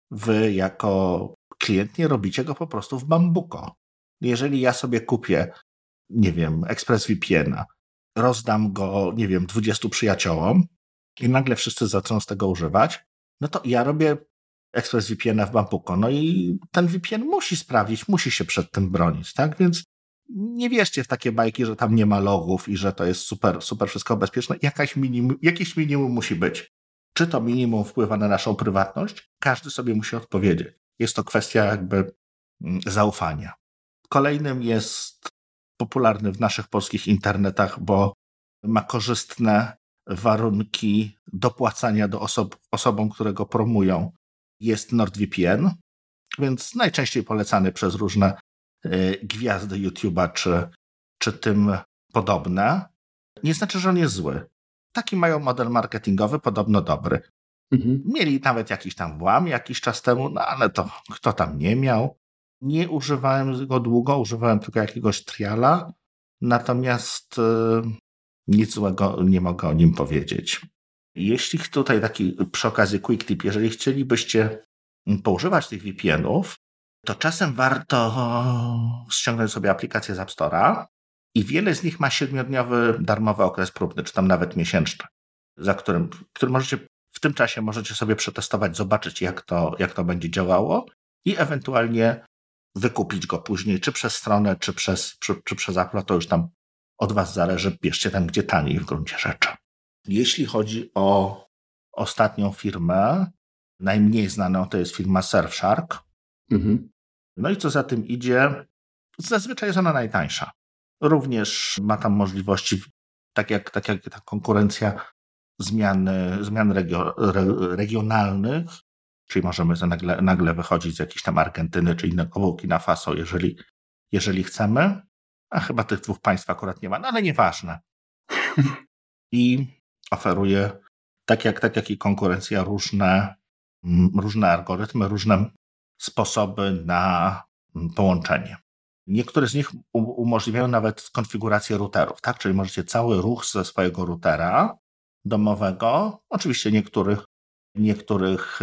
wy jako klient nie robicie go po prostu w bambuko. Jeżeli ja sobie kupię, nie wiem, ExpressVPN-a, rozdam go, nie wiem, dwudziestu przyjaciołom i nagle wszyscy zaczną z tego używać, no to ja robię ExpressVPN-a w bambuko. No i ten V P N musi sprawdzić, musi się przed tym bronić, tak? Więc nie wierzcie w takie bajki, że tam nie ma logów i że to jest super, super wszystko bezpieczne. Jakaś minimum, jakieś minimum musi być. Czy to minimum wpływa na naszą prywatność? Każdy sobie musi odpowiedzieć. Jest to kwestia jakby zaufania. Kolejnym jest popularny w naszych polskich internetach, bo ma korzystne warunki dopłacania do osob, osobom, które go promują. Jest NordVPN, więc najczęściej polecany przez różne y, gwiazdy YouTube'a czy, czy tym podobne. Nie znaczy, że on jest zły. Taki mają model marketingowy, podobno dobry. Mhm. Mieli nawet jakiś tam włam jakiś czas temu, no ale to kto tam nie miał. Nie używałem go długo, używałem tylko jakiegoś triala, natomiast y, nic złego nie mogę o nim powiedzieć. Jeśli tutaj taki przy okazji quick tip, jeżeli chcielibyście poużywać tych V P N-ów, to czasem warto ściągnąć sobie aplikację z App Store'a i wiele z nich ma siedmiodniowy darmowy okres próbny, czy tam nawet miesięczny, za którym, który możecie w tym czasie możecie sobie przetestować, zobaczyć jak to, jak to będzie działało i ewentualnie wykupić go później, czy przez stronę, czy przez, czy, czy przez Apple, to już tam od was zależy, bierzcie tam gdzie taniej w gruncie rzeczy. Jeśli chodzi o ostatnią firmę, najmniej znaną to jest firma Surfshark. Mhm. No i co za tym idzie, zazwyczaj jest ona najtańsza. Również ma tam możliwości, tak jak, tak jak ta konkurencja, zmiany, zmian regio, re, regionalnych, czyli możemy nagle, nagle wychodzić z jakiejś tam Argentyny czy innego Burkina Faso, jeżeli, jeżeli chcemy. A chyba tych dwóch państw akurat nie ma, no ale nieważne. I oferuje, tak jak, tak jak i konkurencja, różne, różne algorytmy, różne sposoby na połączenie. Niektóre z nich umożliwiają nawet konfigurację routerów, tak? Czyli możecie cały ruch ze swojego routera domowego, oczywiście niektórych, niektórych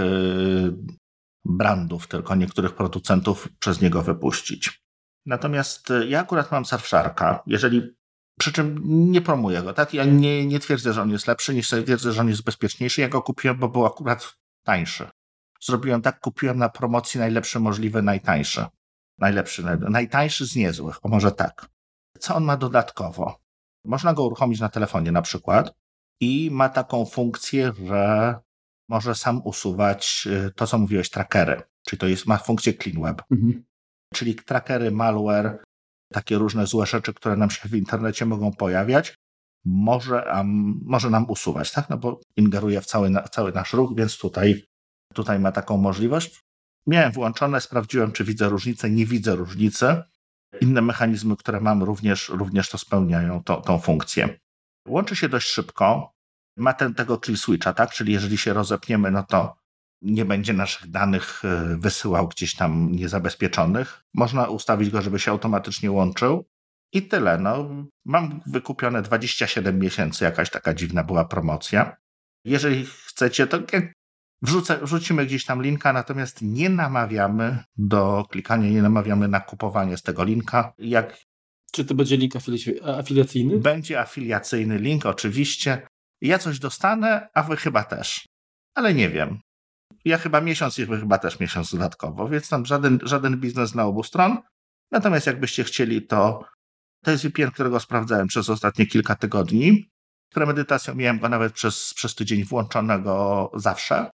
brandów, tylko niektórych producentów przez niego wypuścić. Natomiast ja akurat mam Surfsharka, jeżeli, przy czym nie promuję go, tak? Ja nie, nie twierdzę, że on jest lepszy, nie twierdzę, że on jest bezpieczniejszy. Ja go kupiłem, bo był akurat tańszy. Zrobiłem tak, kupiłem na promocji najlepszy możliwy, najtańszy. Najlepszy, najtańszy z niezłych, o może tak. Co on ma dodatkowo? Można go uruchomić na telefonie na przykład i ma taką funkcję, że może sam usuwać to, co mówiłeś, trackery. Czyli to jest, ma funkcję Clean Web. Mhm. Czyli trackery, malware, takie różne złe rzeczy, które nam się w internecie mogą pojawiać, może, um, może nam usuwać, tak? No bo ingeruje w cały, w cały nasz ruch, więc tutaj, tutaj ma taką możliwość. Miałem włączone, sprawdziłem, czy widzę różnicę, nie widzę różnicy. Inne mechanizmy, które mam, również, również to spełniają to, tą funkcję. Łączy się dość szybko, ma ten, tego kill switcha, tak? Czyli jeżeli się rozepniemy, no to nie będzie naszych danych wysyłał gdzieś tam niezabezpieczonych. Można ustawić go, żeby się automatycznie łączył i tyle. No, mam wykupione dwadzieścia siedem miesięcy, jakaś taka dziwna była promocja. Jeżeli chcecie, to wrzucę, wrzucimy gdzieś tam linka, natomiast nie namawiamy do klikania, nie namawiamy na kupowanie z tego linka. Jak Czy to będzie link afiliacyjny? Będzie afiliacyjny link, oczywiście. Ja coś dostanę, a wy chyba też. Ale nie wiem. Ja chyba miesiąc i wy chyba też miesiąc dodatkowo, więc tam żaden, żaden biznes na obu stron. Natomiast jakbyście chcieli, to to jest V P N, którego sprawdzałem przez ostatnie kilka tygodni. Z premedytacją miałem go nawet przez, przez tydzień włączonego zawsze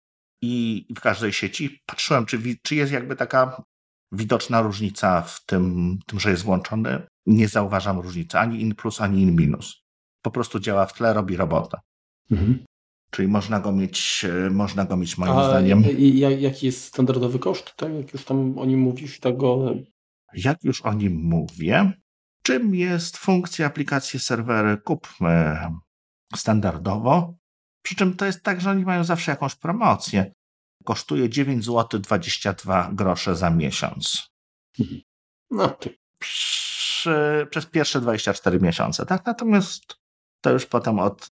i w każdej sieci. Patrzyłem, czy, czy jest jakby taka widoczna różnica w tym, tym, że jest włączony. Nie zauważam różnicy, ani in plus, ani in minus. Po prostu działa w tle, robi robotę. Mhm. Czyli można go mieć, można go mieć moim A zdaniem. I jaki jest standardowy koszt? Tak? Jak już tam o nim mówisz, tak go... Jak już o nim mówię, czym jest funkcja aplikacji serwery kupmy standardowo? Przy czym to jest tak, że oni mają zawsze jakąś promocję. Kosztuje dziewięć złotych dwadzieścia dwa grosze za miesiąc. No to... Przy, przez pierwsze dwadzieścia cztery miesiące. Tak? Natomiast to już potem od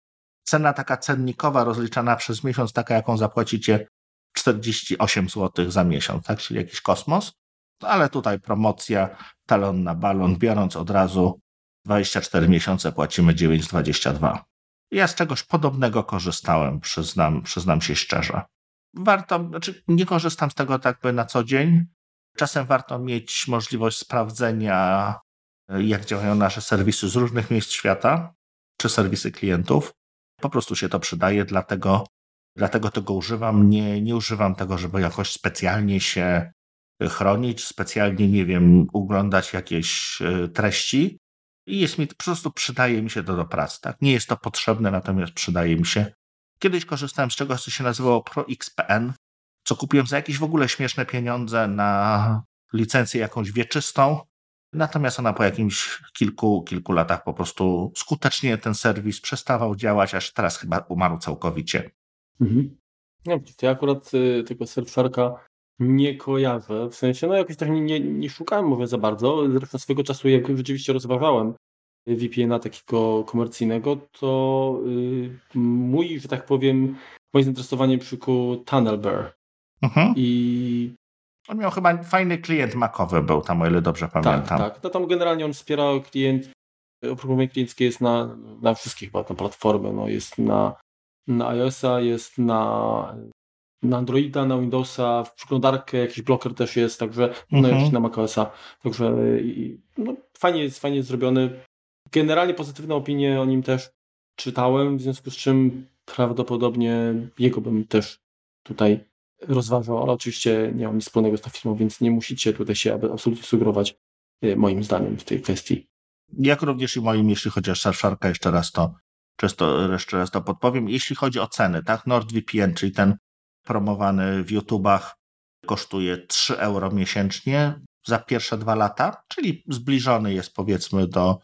cena taka cennikowa rozliczana przez miesiąc, taka jaką zapłacicie czterdzieści osiem złotych za miesiąc, tak? Czyli jakiś kosmos. No, ale tutaj promocja, talon na balon, biorąc od razu dwadzieścia cztery miesiące płacimy dziewięć dwadzieścia dwa. Ja z czegoś podobnego korzystałem, przyznam, przyznam się szczerze. Warto, znaczy nie korzystam z tego tak by na co dzień. Czasem warto mieć możliwość sprawdzenia, jak działają nasze serwisy z różnych miejsc świata, czy serwisy klientów. Po prostu się to przydaje, dlatego, dlatego tego używam. Nie, nie używam tego, żeby jakoś specjalnie się chronić, specjalnie, nie wiem, oglądać jakieś treści. I jest mi, po prostu przydaje mi się to do pracy. Tak? Nie jest to potrzebne, natomiast przydaje mi się. Kiedyś korzystałem z czegoś, co się nazywało ProXPN, co kupiłem za jakieś w ogóle śmieszne pieniądze na licencję jakąś wieczystą. Natomiast ona po jakimś kilku, kilku latach po prostu skutecznie ten serwis przestawał działać, aż teraz chyba umarł całkowicie. Mhm. No, ja akurat y, tego Surfsharka nie kojarzę. W sensie, no jakoś tak nie, nie, nie szukałem, mówię, za bardzo. Zresztą swego czasu, jak rzeczywiście rozważałem V P N-a takiego komercyjnego, to y, mój, że tak powiem, moje zainteresowanie przykuł Tunnelbear. Mhm. I on miał chyba fajny klient macowy był tam, o ile dobrze pamiętam. Tak, tak. No tam generalnie on wspiera klient, oprogramowanie klienckie jest na, na wszystkich na platformy. No jest na, na iOS-a, jest na, na Androida, na Windowsa, w przeglądarkę jakiś bloker też jest, także no Mhm. jakiś na macOS-a. Także no, fajnie jest, fajnie jest zrobiony. Generalnie pozytywne opinie o nim też czytałem, w związku z czym prawdopodobnie jego bym też tutaj rozważał, ale oczywiście nie mam nic wspólnego z tą firmą, więc nie musicie tutaj się absolutnie sugerować moim zdaniem w tej kwestii. Jak również i moim, jeśli chodzi o Surfsharka, jeszcze raz to, często, jeszcze raz to podpowiem. Jeśli chodzi o ceny, tak, NordVPN, czyli ten promowany w YouTubach, kosztuje trzy euro miesięcznie za pierwsze dwa lata, czyli zbliżony jest powiedzmy do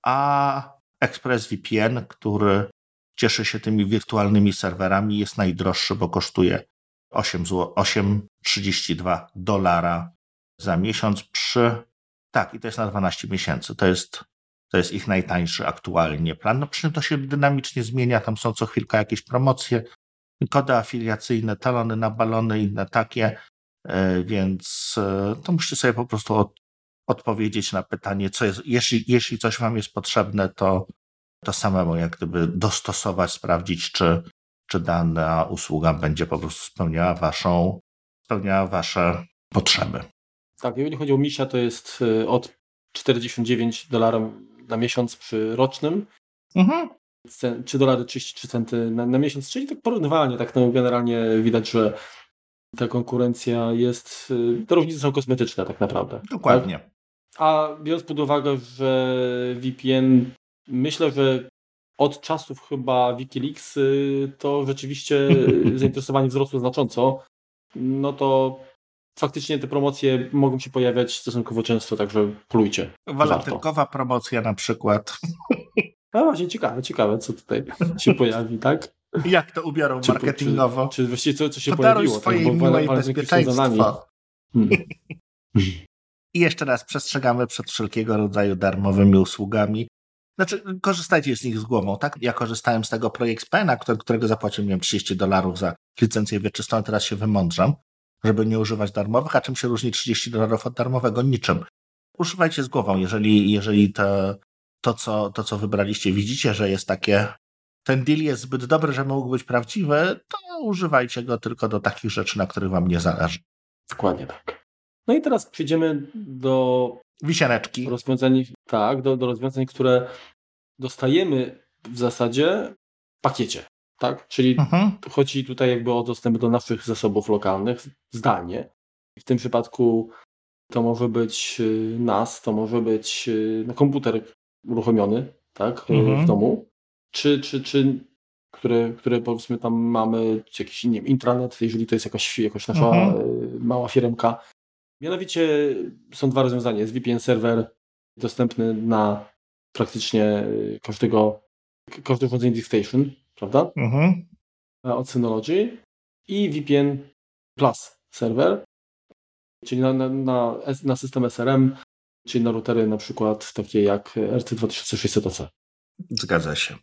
a ExpressVPN, który cieszy się tymi wirtualnymi serwerami, jest najdroższy, bo kosztuje osiem przecinek trzydzieści dwa dolara za miesiąc przy... Tak, i to jest na dwanaście miesięcy. To jest, to jest ich najtańszy aktualnie plan. No przy czym to się dynamicznie zmienia, tam są co chwilkę jakieś promocje, kody afiliacyjne, talony na balony, inne takie, więc to musicie sobie po prostu od, odpowiedzieć na pytanie, co jest, jeśli, jeśli coś wam jest potrzebne, to, to samemu jak gdyby dostosować, sprawdzić, czy, czy dana usługa będzie po prostu spełniała waszą, spełniała wasze potrzeby. Tak, jeżeli chodzi o misia, to jest od czterdzieści dziewięć dolarów na miesiąc przy rocznym. Mhm. trzy dolary trzydzieści trzy centy na, na miesiąc, czyli tak porównywalnie, tak no generalnie widać, że ta konkurencja jest, te różnice są kosmetyczne tak naprawdę. Dokładnie. Tak? A biorąc pod uwagę, że V P N, myślę, że od czasów chyba Wikileaks to rzeczywiście zainteresowanie wzrosło znacząco, no to faktycznie te promocje mogą się pojawiać stosunkowo często, także plujcie. Walentynkowa promocja na przykład. No właśnie, ciekawe, ciekawe, co tutaj się pojawi, tak? Jak to ubiorą czy, marketingowo? Czy, czy właściwie co, co się Podaruj pojawiło? swojej tak? Bo miłej bezpieczeństwo. Hmm. I jeszcze raz przestrzegamy przed wszelkiego rodzaju darmowymi usługami. Znaczy, korzystajcie z nich z głową, tak? Ja korzystałem z tego ProXPN-a, którego zapłaciłem, nie wiem, trzydzieści dolarów za licencję wieczystą, a teraz się wymądrzam, żeby nie używać darmowych. A czym się różni trzydzieści dolarów od darmowego? Niczym. Używajcie z głową, jeżeli, jeżeli to, to, co, to, co wybraliście, widzicie, że jest takie, ten deal jest zbyt dobry, żeby mógł być prawdziwy, to używajcie go tylko do takich rzeczy, na których wam nie zależy. Dokładnie tak. No i teraz przejdziemy do wisieneczki. Rozwiązań, tak, do, do rozwiązań, które dostajemy w zasadzie w pakiecie, tak? Czyli Mhm. chodzi tutaj jakby o dostęp do naszych zasobów lokalnych zdalnie. W tym przypadku to może być N A S, to może być no, komputer uruchomiony, tak, Mhm. w domu, czy, czy, czy które, które powiedzmy tam mamy, czy jakiś, nie wiem, intranet, jeżeli to jest jakaś, jakaś nasza Mhm. mała firmka. Mianowicie są dwa rozwiązania. Jest V P N serwer dostępny na praktycznie każdego, każde urządzenie DiskStation, prawda? Mhm. Od Synology i V P N Plus serwer, czyli na, na, na, na system S R M, czyli na routery na przykład takie jak R C dwa tysiące sześćset O C. Zgadza się.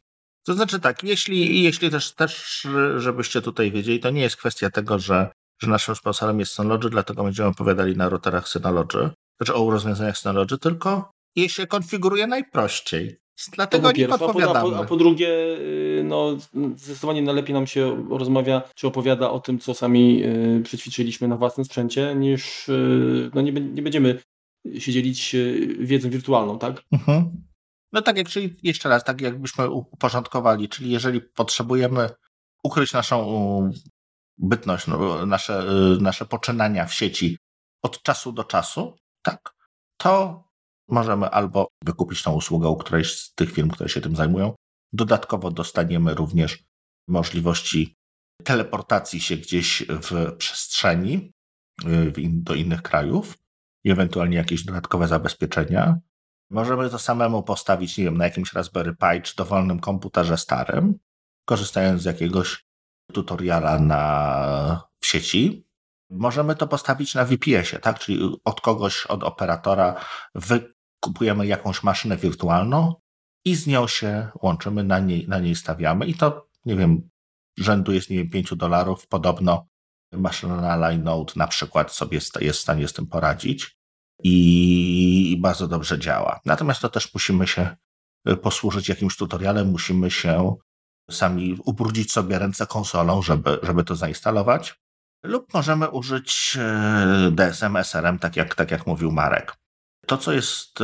To znaczy tak, jeśli, jeśli też, też, żebyście tutaj wiedzieli, to nie jest kwestia tego, że, że naszym sponsorem jest Synology, dlatego będziemy opowiadali na routerach Synology, znaczy o rozwiązaniach Synology, tylko je się konfiguruje najprościej. Dlatego To o po nich pierwsze, a po, a, odpowiadamy. po, a po drugie, y, no zdecydowanie najlepiej nam się rozmawia, czy opowiada o tym, co sami y, przećwiczyliśmy na własnym sprzęcie, niż y, no nie, b- nie będziemy się dzielić y, wiedzą wirtualną, tak? Mhm. No tak jak, czyli jeszcze raz, tak jakbyśmy uporządkowali, czyli jeżeli potrzebujemy ukryć naszą bytność, no, nasze, nasze poczynania w sieci od czasu do czasu, tak, to możemy albo wykupić tą usługę u którejś z tych firm, które się tym zajmują. Dodatkowo dostaniemy również możliwości teleportacji się gdzieś w przestrzeni w in, do innych krajów i ewentualnie jakieś dodatkowe zabezpieczenia. Możemy to samemu postawić, nie wiem, na jakimś Raspberry Pi czy dowolnym komputerze starym, korzystając z jakiegoś tutoriala na, w sieci. Możemy to postawić na V P S ie, tak? Czyli od kogoś, od operatora wykupujemy jakąś maszynę wirtualną i z nią się łączymy, na niej, na niej stawiamy i to, nie wiem, rzędu jest, nie wiem, pięć dolarów. Podobno maszyna na Linode na przykład sobie jest w stanie z tym poradzić i, i bardzo dobrze działa. Natomiast to też musimy się posłużyć jakimś tutorialem, musimy się sami ubrudzić sobie ręce konsolą, żeby, żeby to zainstalować. Lub możemy użyć D S M, S R M, tak jak, tak jak mówił Marek. To, co jest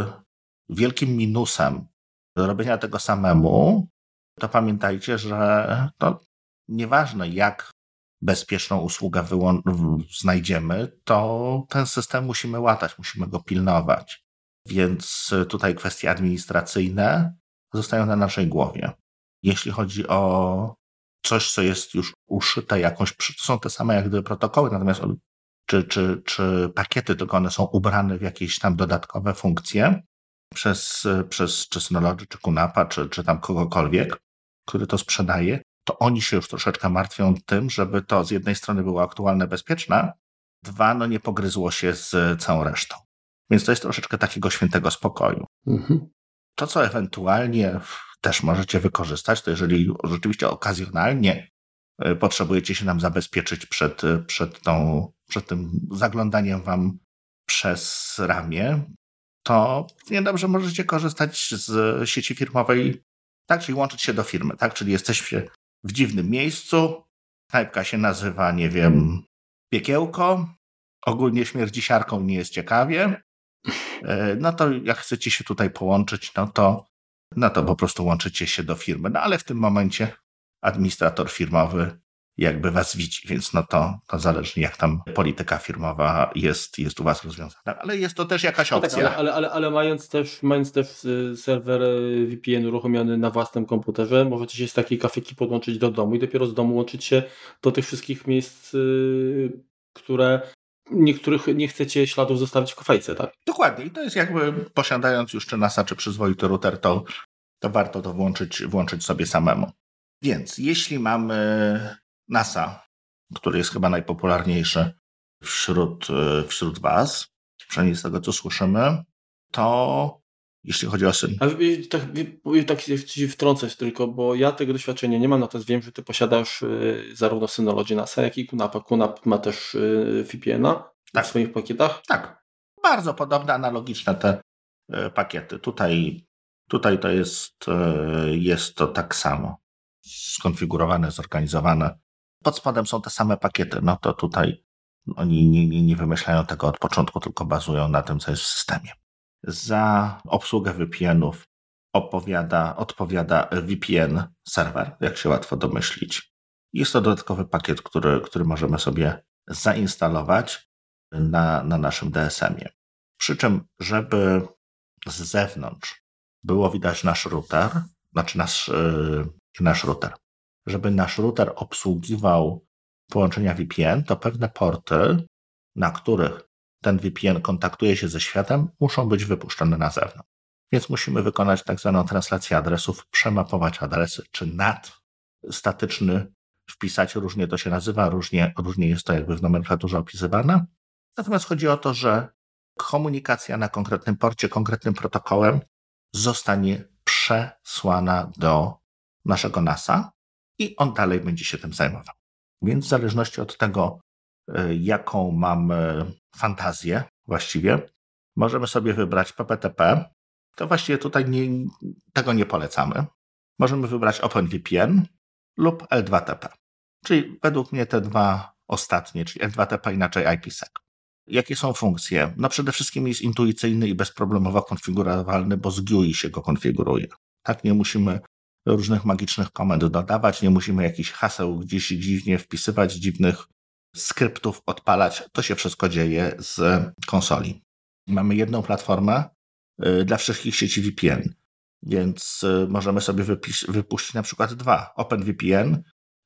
wielkim minusem robienia tego samemu, to pamiętajcie, że to nieważne jak bezpieczną usługę wyłą- znajdziemy, to ten system musimy łatać, musimy go pilnować. Więc tutaj kwestie administracyjne zostają na naszej głowie. Jeśli chodzi o coś, co jest już uszyte jakąś, to są te same jak gdyby protokoły, natomiast czy, czy, czy pakiety, tylko one są ubrane w jakieś tam dodatkowe funkcje przez, przez czy Synology, czy Kunapa, czy, czy tam kogokolwiek, który to sprzedaje, to oni się już troszeczkę martwią tym, żeby to z jednej strony było aktualne, bezpieczne, dwa, no nie pogryzło się z całą resztą. Więc to jest troszeczkę takiego świętego spokoju. Mhm. To, co ewentualnie też możecie wykorzystać, to jeżeli rzeczywiście okazjonalnie potrzebujecie się nam zabezpieczyć przed, przed, tą, przed tym zaglądaniem wam przez ramię, to niedobrze możecie korzystać z sieci firmowej, tak, czyli łączyć się do firmy, tak, czyli jesteście w dziwnym miejscu, knajpka się nazywa, nie wiem, Piekiełko, ogólnie śmierdzi siarką, nie jest ciekawie, no to jak chcecie się tutaj połączyć, no to, no to po prostu łączycie się do firmy, no ale w tym momencie administrator firmowy jakby was widzi, więc no to, to zależy jak tam polityka firmowa jest, jest u was rozwiązana, ale jest to też jakaś opcja. No tak, ale, ale, ale, ale mając też, mając też serwer V P N uruchomiony na własnym komputerze, możecie się z takiej kafeki podłączyć do domu i dopiero z domu łączyć się do tych wszystkich miejsc, które niektórych nie chcecie śladów zostawić w kafejce, tak? Dokładnie i to jest jakby posiadając już czy NASA, czy przyzwoity router, to, to warto to włączyć, włączyć sobie samemu. Więc jeśli mamy NASA, który jest chyba najpopularniejszy wśród, wśród was, przynajmniej z tego co słyszymy, to jeśli chodzi o syn. Ale tak, tak się wtrącę tylko, bo ja tego doświadczenia nie mam, natomiast wiem, że ty posiadasz zarówno Synology NASA, jak i Kunapa. Kunap ma też V P N a tak. w swoich pakietach? Tak. Bardzo podobne, analogiczne te pakiety. Tutaj, tutaj to jest, jest to tak samo skonfigurowane, zorganizowane. Pod spodem są te same pakiety. No to tutaj oni nie, nie, nie wymyślają tego od początku, tylko bazują na tym, co jest w systemie. Za obsługę V P N-ów opowiada, odpowiada V P N serwer, jak się łatwo domyślić. Jest to dodatkowy pakiet, który, który możemy sobie zainstalować na, na naszym D S M ie. Przy czym, żeby z zewnątrz było widać nasz router, znaczy nasz, yy, nasz router, żeby nasz router obsługiwał połączenia V P N, to pewne porty, na których ten V P N kontaktuje się ze światem, muszą być wypuszczone na zewnątrz. Więc musimy wykonać tak zwaną translację adresów, przemapować adresy, czy nad statyczny wpisać, różnie to się nazywa, różnie, różnie jest to jakby w nomenklaturze opisywane. Natomiast chodzi o to, że komunikacja na konkretnym porcie, konkretnym protokołem zostanie przesłana do naszego nasa i on dalej będzie się tym zajmował. Więc w zależności od tego, jaką mamy fantazję właściwie, możemy sobie wybrać P P T P. To właściwie tutaj nie, tego nie polecamy. Możemy wybrać OpenVPN lub L dwa T P. Czyli według mnie te dwa ostatnie, czyli L dwa T P, inaczej IPsec. Jakie są funkcje? No przede wszystkim jest intuicyjny i bezproblemowo konfigurowalny, bo z G U I się go konfiguruje. Tak, nie musimy różnych magicznych komend dodawać, nie musimy jakichś haseł gdzieś dziwnie wpisywać, dziwnych skryptów odpalać. To się wszystko dzieje z konsoli. Mamy jedną platformę dla wszystkich sieci V P N, więc możemy sobie wypis- wypuścić na przykład dwa. OpenVPN,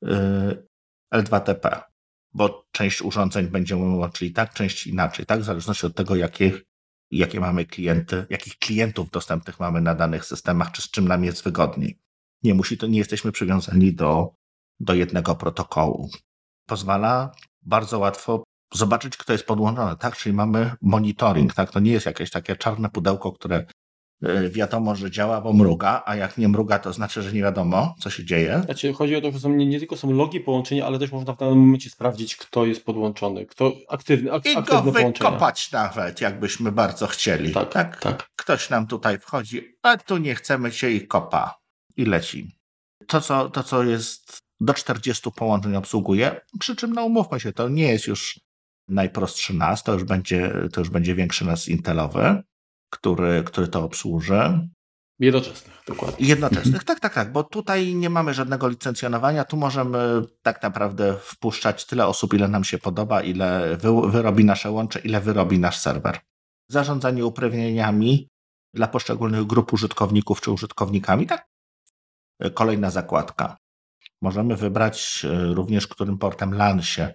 L dwa T P, bo część urządzeń będziemy łączyli tak, część inaczej, tak, w zależności od tego, jakie, jakie mamy klienty, jakich klientów dostępnych mamy na danych systemach, czy z czym nam jest wygodniej. Nie musi to, nie jesteśmy przywiązani do, do jednego protokołu. Pozwala bardzo łatwo zobaczyć, kto jest podłączony, tak, czyli mamy monitoring, tak, to nie jest jakieś takie czarne pudełko, które wiadomo, że działa, bo mruga, a jak nie mruga, to znaczy, że nie wiadomo, co się dzieje. Znaczy, chodzi o to, że są, nie, nie tylko są logi połączenia, ale też można w danym momencie sprawdzić, kto jest podłączony, kto aktywny, ak- I aktywne go połączenia. wykopać nawet, jakbyśmy bardzo chcieli. Tak, tak, tak. Ktoś nam tutaj wchodzi, a tu nie chcemy cię i kopa. I leci. To, co, to, co jest do czterdziestu połączeń obsługuje, przy czym no umówmy się, to nie jest już najprostszy N A S, to już będzie, to już będzie większy N A S intelowy, który, który to obsłuży. Jednoczesnych, dokładnie. Jednoczesnych, tak, tak, tak, bo tutaj nie mamy żadnego licencjonowania, tu możemy tak naprawdę wpuszczać tyle osób, ile nam się podoba, ile wy, wyrobi nasze łącze, ile wyrobi nasz serwer. Zarządzanie uprawnieniami dla poszczególnych grup użytkowników czy użytkownikami, tak. Kolejna zakładka. Możemy wybrać również, którym portem LAN się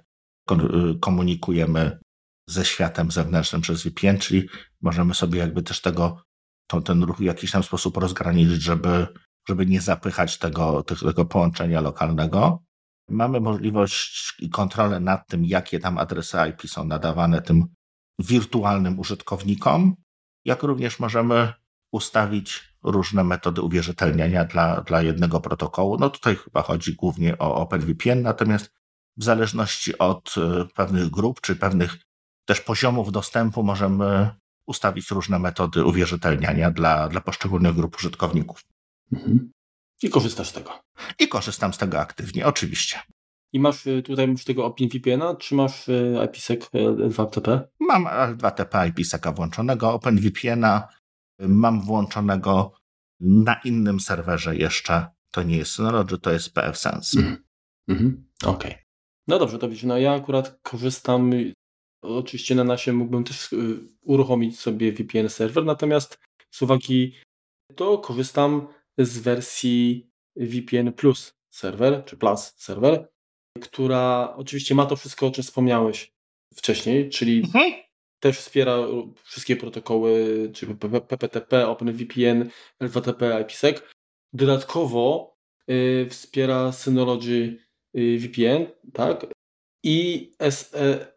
komunikujemy ze światem zewnętrznym przez V P N, czyli możemy sobie jakby też tego, to, ten ruch w jakiś tam sposób rozgraniczyć, żeby, żeby nie zapychać tego, tego połączenia lokalnego. Mamy możliwość i kontrolę nad tym, jakie tam adresy I P są nadawane tym wirtualnym użytkownikom, jak również możemy ustawić różne metody uwierzytelniania dla, dla jednego protokołu. No tutaj chyba chodzi głównie o OpenVPN, natomiast w zależności od pewnych grup czy pewnych też poziomów dostępu możemy ustawić różne metody uwierzytelniania dla, dla poszczególnych grup użytkowników. Mhm. I korzystasz z tego. I korzystam z tego aktywnie, oczywiście. I masz tutaj masz tego OpenVPN-a, czy masz IPsec L dwa T P? Mam L dwa T P IPseca włączonego, OpenVPN-a mam włączonego na innym serwerze jeszcze. To nie jest Synology, to jest P F Sense. Mhm. Mhm. Okej. Okay. No dobrze, to wiecie, no ja akurat korzystam, oczywiście na nasie mógłbym też uruchomić sobie V P N serwer, natomiast z uwagi to korzystam z wersji V P N Plus serwer, czy Plus serwer, która oczywiście ma to wszystko, o czym wspomniałeś wcześniej, czyli mhm. też wspiera wszystkie protokoły, czyli P P T P, OpenVPN, L dwa T P, IPsec. Dodatkowo y, wspiera Synology y, V P N, tak? I S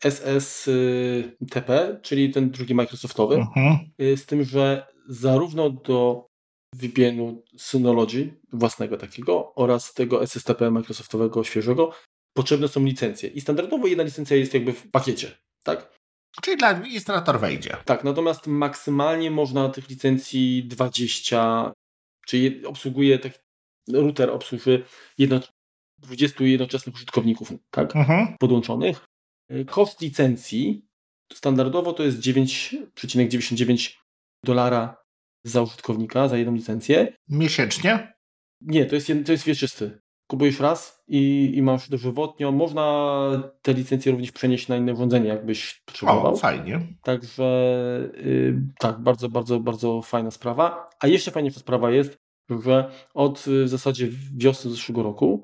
S T P, czyli ten drugi Microsoftowy, mhm. y, z tym, że zarówno do V P N-u Synology własnego takiego oraz tego S S T P Microsoftowego świeżego potrzebne są licencje. I standardowo jedna licencja jest jakby w pakiecie, tak? Czyli dla administrator wejdzie. Tak, natomiast maksymalnie można tych licencji dwadzieścia, czyli obsługuje taki router obsługuje jedno, dwudziestu jednoczesnych użytkowników, tak, mhm. podłączonych. Koszt licencji standardowo to jest dziewięć przecinek dziewięćdziesiąt dziewięć dolara za użytkownika, za jedną licencję. Miesięcznie? Nie, to jest, to jest wieczysty. Kupujesz raz i, i masz dożywotnią. Można te licencje również przenieść na inne urządzenie, jakbyś potrzebował. O, fajnie. Także yy, tak, bardzo, bardzo, bardzo fajna sprawa. A jeszcze fajniejsza sprawa jest, że od w zasadzie wiosny zeszłego roku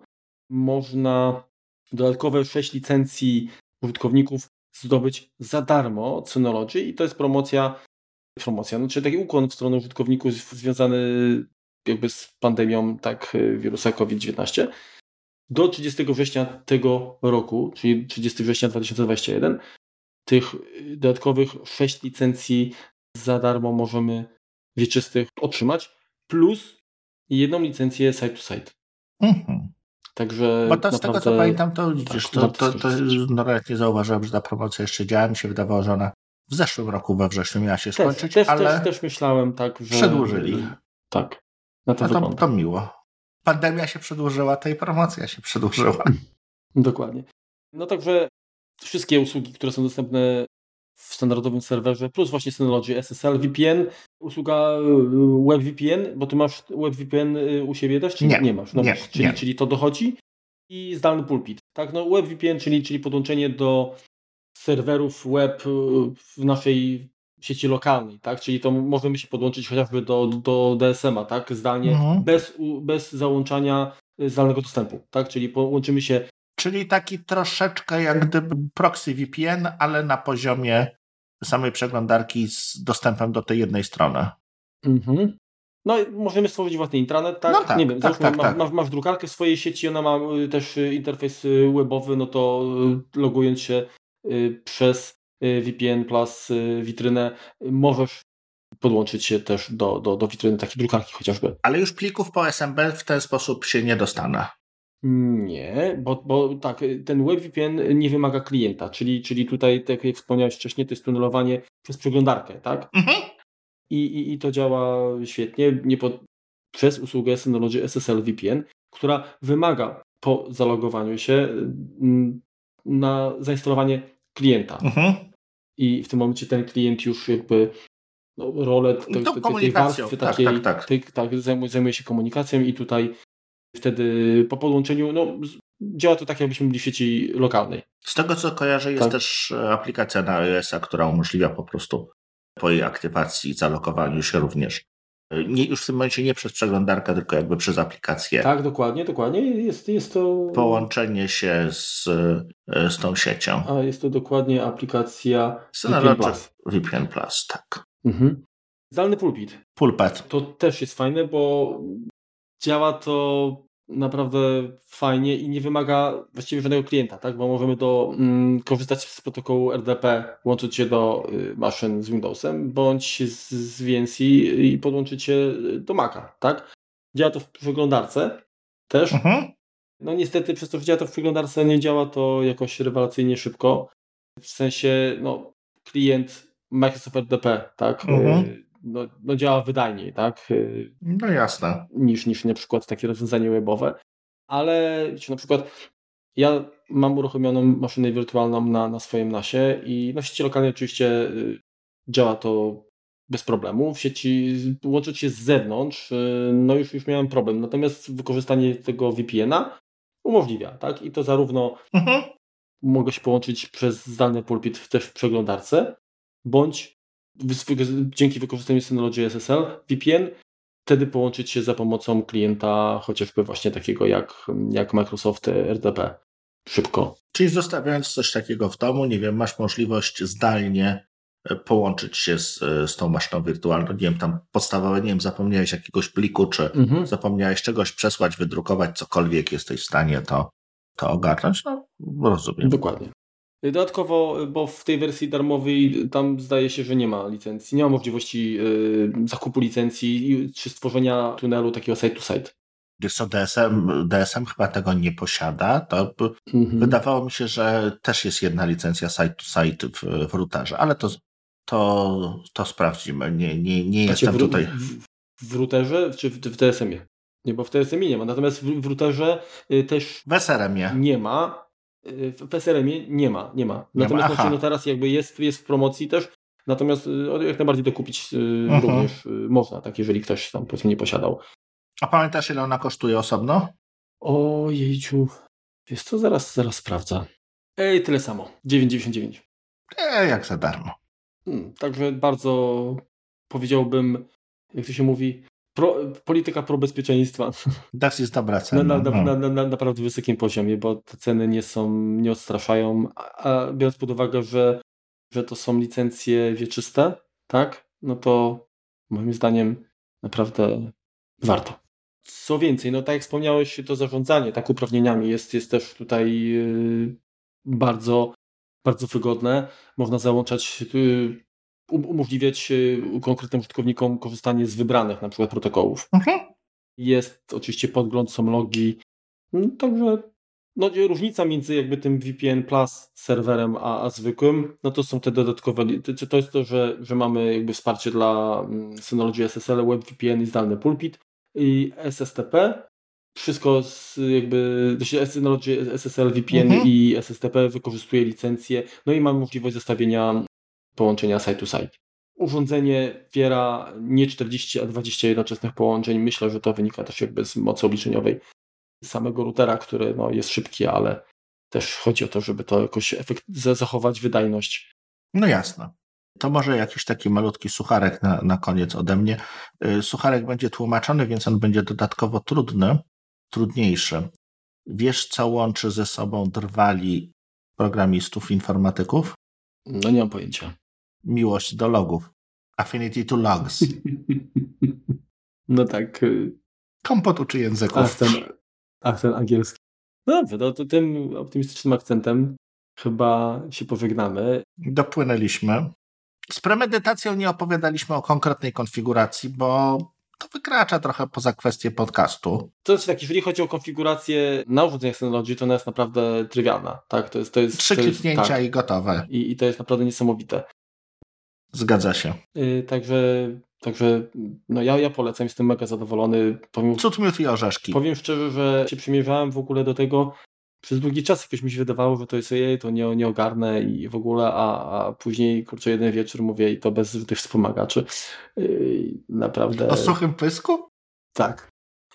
można dodatkowe sześć licencji użytkowników zdobyć za darmo od Synology i to jest promocja, promocja, no, czyli taki ukłon w stronę użytkowników związany jakby z pandemią, tak, wirusa COVID dziewiętnaście. Do trzydziestego września tego roku, czyli trzydziestego września dwa tysiące dwudziestego pierwszego, tych dodatkowych sześć licencji za darmo możemy wieczystych otrzymać, plus jedną licencję site to site. Mhm. Także Bo to z naprawdę, tego, co pamiętam, to widzisz, tak, to, warto to, to skorzystać. no, nawet nie zauważyłem, że ta promocja jeszcze działa. Mi się wydawało, że ona w zeszłym roku we wrześniu miała się Też, skończyć, też, też, ale też myślałem tak, że przedłużyli. tak, na to No to, wygląda. to miło. Pandemia się przedłużyła, to i promocja się przedłużyła. Dokładnie. No także wszystkie usługi, które są dostępne w standardowym serwerze, plus właśnie Synology S S L, V P N, usługa WebVPN, bo ty masz WebVPN u siebie też, czy Nie, nie masz? No nie, masz, czyli, nie. czyli to dochodzi i zdalny pulpit. Tak, no WebVPN, czyli, czyli podłączenie do serwerów web w naszej sieci lokalnej, tak? Czyli to możemy się podłączyć chociażby do, do D S M-a, tak? Zdalnie, Mhm. bez, bez załączania zdalnego dostępu, tak? Czyli połączymy się. Czyli taki troszeczkę jak gdyby proxy V P N, ale na poziomie samej przeglądarki z dostępem do tej jednej strony. Mhm. No i możemy stworzyć własny intranet, tak? No tak, Nie wiem, tak, załóżmy, tak, masz, tak. masz, masz drukarkę w swojej sieci, ona ma y, też y, interfejs y, webowy, no to y, logując się y, przez y, V P N plus y, witrynę, y, możesz podłączyć się też do, do, do witryny takiej drukarki chociażby. Ale już plików po S M B w ten sposób się nie dostanę. Nie, bo, bo tak, ten WebVPN nie wymaga klienta, czyli, czyli tutaj, tak jak wspomniałeś wcześniej, to jest tunelowanie przez przeglądarkę, tak? Mhm. I, i, i to działa świetnie nie pod, przez usługę Synology S S L V P N, która wymaga po zalogowaniu się mm, na zainstalowanie klienta. Mhm. I w tym momencie ten klient już jakby no, rolę te, Tą te, tej komunikacją, warstwy tak, takiej, tak, tak. tej, tak zajmuje, zajmuje się komunikacją i tutaj wtedy po podłączeniu no, działa to tak, jakbyśmy byli w sieci lokalnej. Z tego co kojarzę, jest Tak. też aplikacja na iOS-a, która umożliwia po prostu po jej aktywacji i zalokowaniu się również. Nie, już w tym momencie nie przez przeglądarkę, tylko jakby przez aplikację. Tak, dokładnie, dokładnie. Jest, jest to Połączenie się z, z tą siecią. A jest to dokładnie aplikacja Synology V P N Plus. V P N Plus, tak. Mhm. Zdalny pulpit. Pulpet. To też jest fajne, bo działa to naprawdę fajnie i nie wymaga właściwie żadnego klienta, tak? Bo możemy do, mm, korzystać z protokołu R D P, łączyć się do y, maszyn z Windowsem, bądź z, z V N C i podłączyć się do Maca, tak? Działa to w przeglądarce też. Mhm. No niestety przez to, że działa to w przeglądarce, nie działa to jakoś rewelacyjnie szybko. W sensie, no, klient Microsoft R D P, tak? Mhm. Y, no, no działa wydajniej, tak? Y, No jasne. niż, niż na przykład takie rozwiązanie webowe. Ale wiecie, na przykład ja mam uruchomioną maszynę wirtualną na, na swoim nasie i na sieci lokalnej oczywiście y, działa to bez problemu. W sieci łączyć się z zewnątrz, y, no już, już miałem problem. Natomiast wykorzystanie tego V P N-a umożliwia, tak? I to zarówno Mhm. mogę się połączyć przez zdalny pulpit też w przeglądarce, bądź wy- dzięki wykorzystaniu Synology S S L V P N wtedy połączyć się za pomocą klienta chociażby właśnie takiego jak, jak Microsoft R D P. Szybko. Czyli zostawiając coś takiego w domu, nie wiem, masz możliwość zdalnie połączyć się z, z tą maszyną wirtualną. Nie wiem, tam podstawowe, nie wiem, zapomniałeś jakiegoś pliku, czy Mhm. zapomniałeś czegoś przesłać, wydrukować, cokolwiek jesteś w stanie to, to ogarnąć. No, rozumiem. Dokładnie. Dodatkowo, bo w tej wersji darmowej tam zdaje się, że nie ma licencji, nie ma możliwości y, zakupu licencji czy stworzenia tunelu takiego site-to-site. Wiesz co, D S M, D S M chyba tego nie posiada, to Mhm. wydawało mi się, że też jest jedna licencja site-to-site w, w routerze, ale to, to, to sprawdzimy. Nie, nie, nie Znaczy jestem w, tutaj. W, w routerze czy w, w T S M-ie? Nie, bo w T S M-ie nie ma, natomiast w, w routerze y, też W S R M-ie. nie ma. Y, w S R M-ie nie ma, nie ma. Nie Natomiast ma, znaczy, aha. no teraz jakby jest, jest w promocji też, natomiast y, jak najbardziej dokupić y, Mhm. również y, można, tak, jeżeli ktoś tam powiedzmy nie posiadał. A pamiętasz, ile ona kosztuje osobno? Ojejciu, wiesz co, zaraz, zaraz sprawdzę. Ej, tyle samo, dziewięć dziewięćdziesiąt dziewięć. E, jak za darmo. Hmm, także bardzo powiedziałbym, jak to się mówi, pro, polityka probezpieczeństwa Das jest dobra na, cena. na, na, no. na, na, na naprawdę wysokim poziomie, bo te ceny nie są, nie odstraszają, a, a biorąc pod uwagę, że, że to są licencje wieczyste, tak, no to moim zdaniem naprawdę warto. Co więcej, no tak jak wspomniałeś, to zarządzanie tak uprawnieniami jest, jest też tutaj yy, bardzo, bardzo wygodne. Można załączać, yy, um- umożliwiać yy, konkretnym użytkownikom korzystanie z wybranych na przykład protokołów. Mhm. Jest oczywiście podgląd, są logi. Także no, różnica między jakby tym V P N Plus serwerem a, a zwykłym, no to są te dodatkowe, to, to jest to, że, że mamy jakby wsparcie dla Synology S S L, WebVPN i zdalny pulpit i S S T P. Wszystko z jakby Synology S S L, V P N mhm. i S S T P wykorzystuje licencję, no i mamy możliwość zestawienia połączenia side to side. Urządzenie wspiera nie czterdzieści, a dwadzieścia jednoczesnych połączeń. Myślę, że to wynika też jakby z mocy obliczeniowej samego routera, który no, jest szybki, ale też chodzi o to, żeby to jakoś efekt, zachować wydajność. No jasne. To może jakiś taki malutki sucharek na, na koniec ode mnie. Sucharek będzie tłumaczony, więc on będzie dodatkowo trudny, trudniejszy. Wiesz, co łączy ze sobą drwali programistów, informatyków? No nie mam pojęcia. Miłość do logów. Affinity to logs. No tak. Kompot uczy języków. Ach, ten, ach, ten angielski. No dobrze, to, to tym optymistycznym akcentem chyba się pożegnamy. Dopłynęliśmy. Z premedytacją nie opowiadaliśmy o konkretnej konfiguracji, bo to wykracza trochę poza kwestię podcastu. To znaczy tak, jeżeli chodzi o konfigurację na urządzeniach Synology, to ona jest naprawdę trywialna. Tak? To jest, to jest, Trzy to jest, kliknięcia tak. i gotowe. I, I to jest naprawdę niesamowite. Zgadza się. Yy, także także no ja, ja polecam, jestem mega zadowolony. Powiem, Cud, miód i orzeszki. Powiem szczerze, że się przymierzałem w ogóle do tego. Przez długi czas jakoś mi się wydawało, że to jest jej, to nie, nie ogarnę i w ogóle, a, a później kurczę jeden wieczór mówię i to bez tych wspomagaczy. Yy, naprawdę. O suchym pysku? Tak.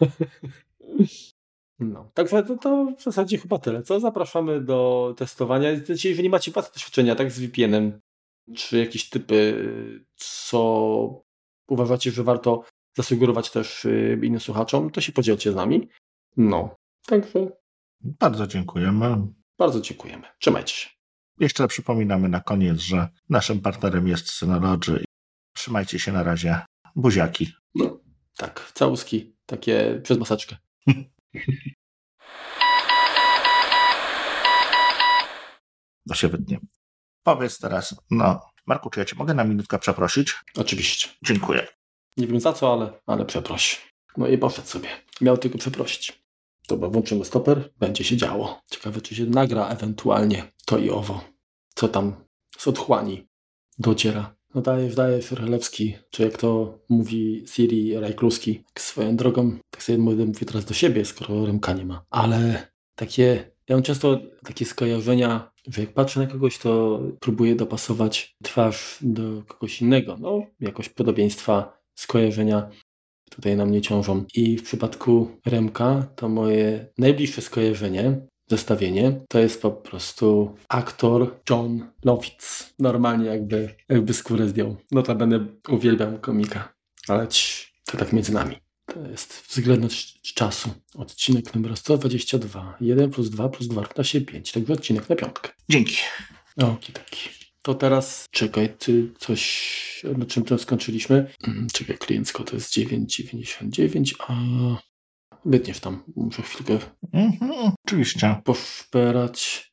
No, także to, to w zasadzie chyba tyle. Co? Zapraszamy do testowania. Jeżeli macie własne doświadczenia, tak, z V P N-em, czy jakieś typy, co uważacie, że warto zasugerować też innym słuchaczom, to się podzielcie z nami. No, także. Bardzo dziękujemy. Bardzo dziękujemy. Trzymajcie się. Jeszcze przypominamy na koniec, że naszym partnerem jest Synology. Trzymajcie się na razie. Buziaki. No, tak, całuski, takie przez maseczkę. To się wytnie. Powiedz teraz, no, Marku, czy ja cię mogę na minutkę przeprosić? Oczywiście. Dziękuję. Nie wiem za co, ale, ale przeproś. No i poszedł sobie. Miał tylko przeprosić. Dobra, włączymy stoper, będzie się działo. Ciekawe, czy się nagra ewentualnie to i owo. Co tam z otchłani dociera. No dajesz, dajesz, Relewski, czy jak to mówi Siri Rajkluski. Swoją drogą, tak sobie mówię teraz do siebie, skoro Remka nie ma. Ale takie, ja mam często takie skojarzenia, że jak patrzę na kogoś, to próbuję dopasować twarz do kogoś innego. No, jakoś podobieństwa, skojarzenia tutaj na mnie ciążą. I w przypadku Remka to moje najbliższe skojarzenie, zestawienie, to jest po prostu aktor Jon Lovitz. Normalnie jakby, jakby skórę zdjął. Notabene uwielbiam komika. Ale ci, to tak między nami. To jest względność czasu. Odcinek numer sto dwadzieścia dwa. jeden plus dwa plus dwa równa się pięć. Także odcinek na piątkę. Dzięki. Oki taki. To teraz czekaj, ty coś, na czym to skończyliśmy? Czekaj, kliencko to jest dziewięć dziewięćdziesiąt dziewięć, a wytniesz tam, muszę chwilkę Mhm, oczywiście. poszperać.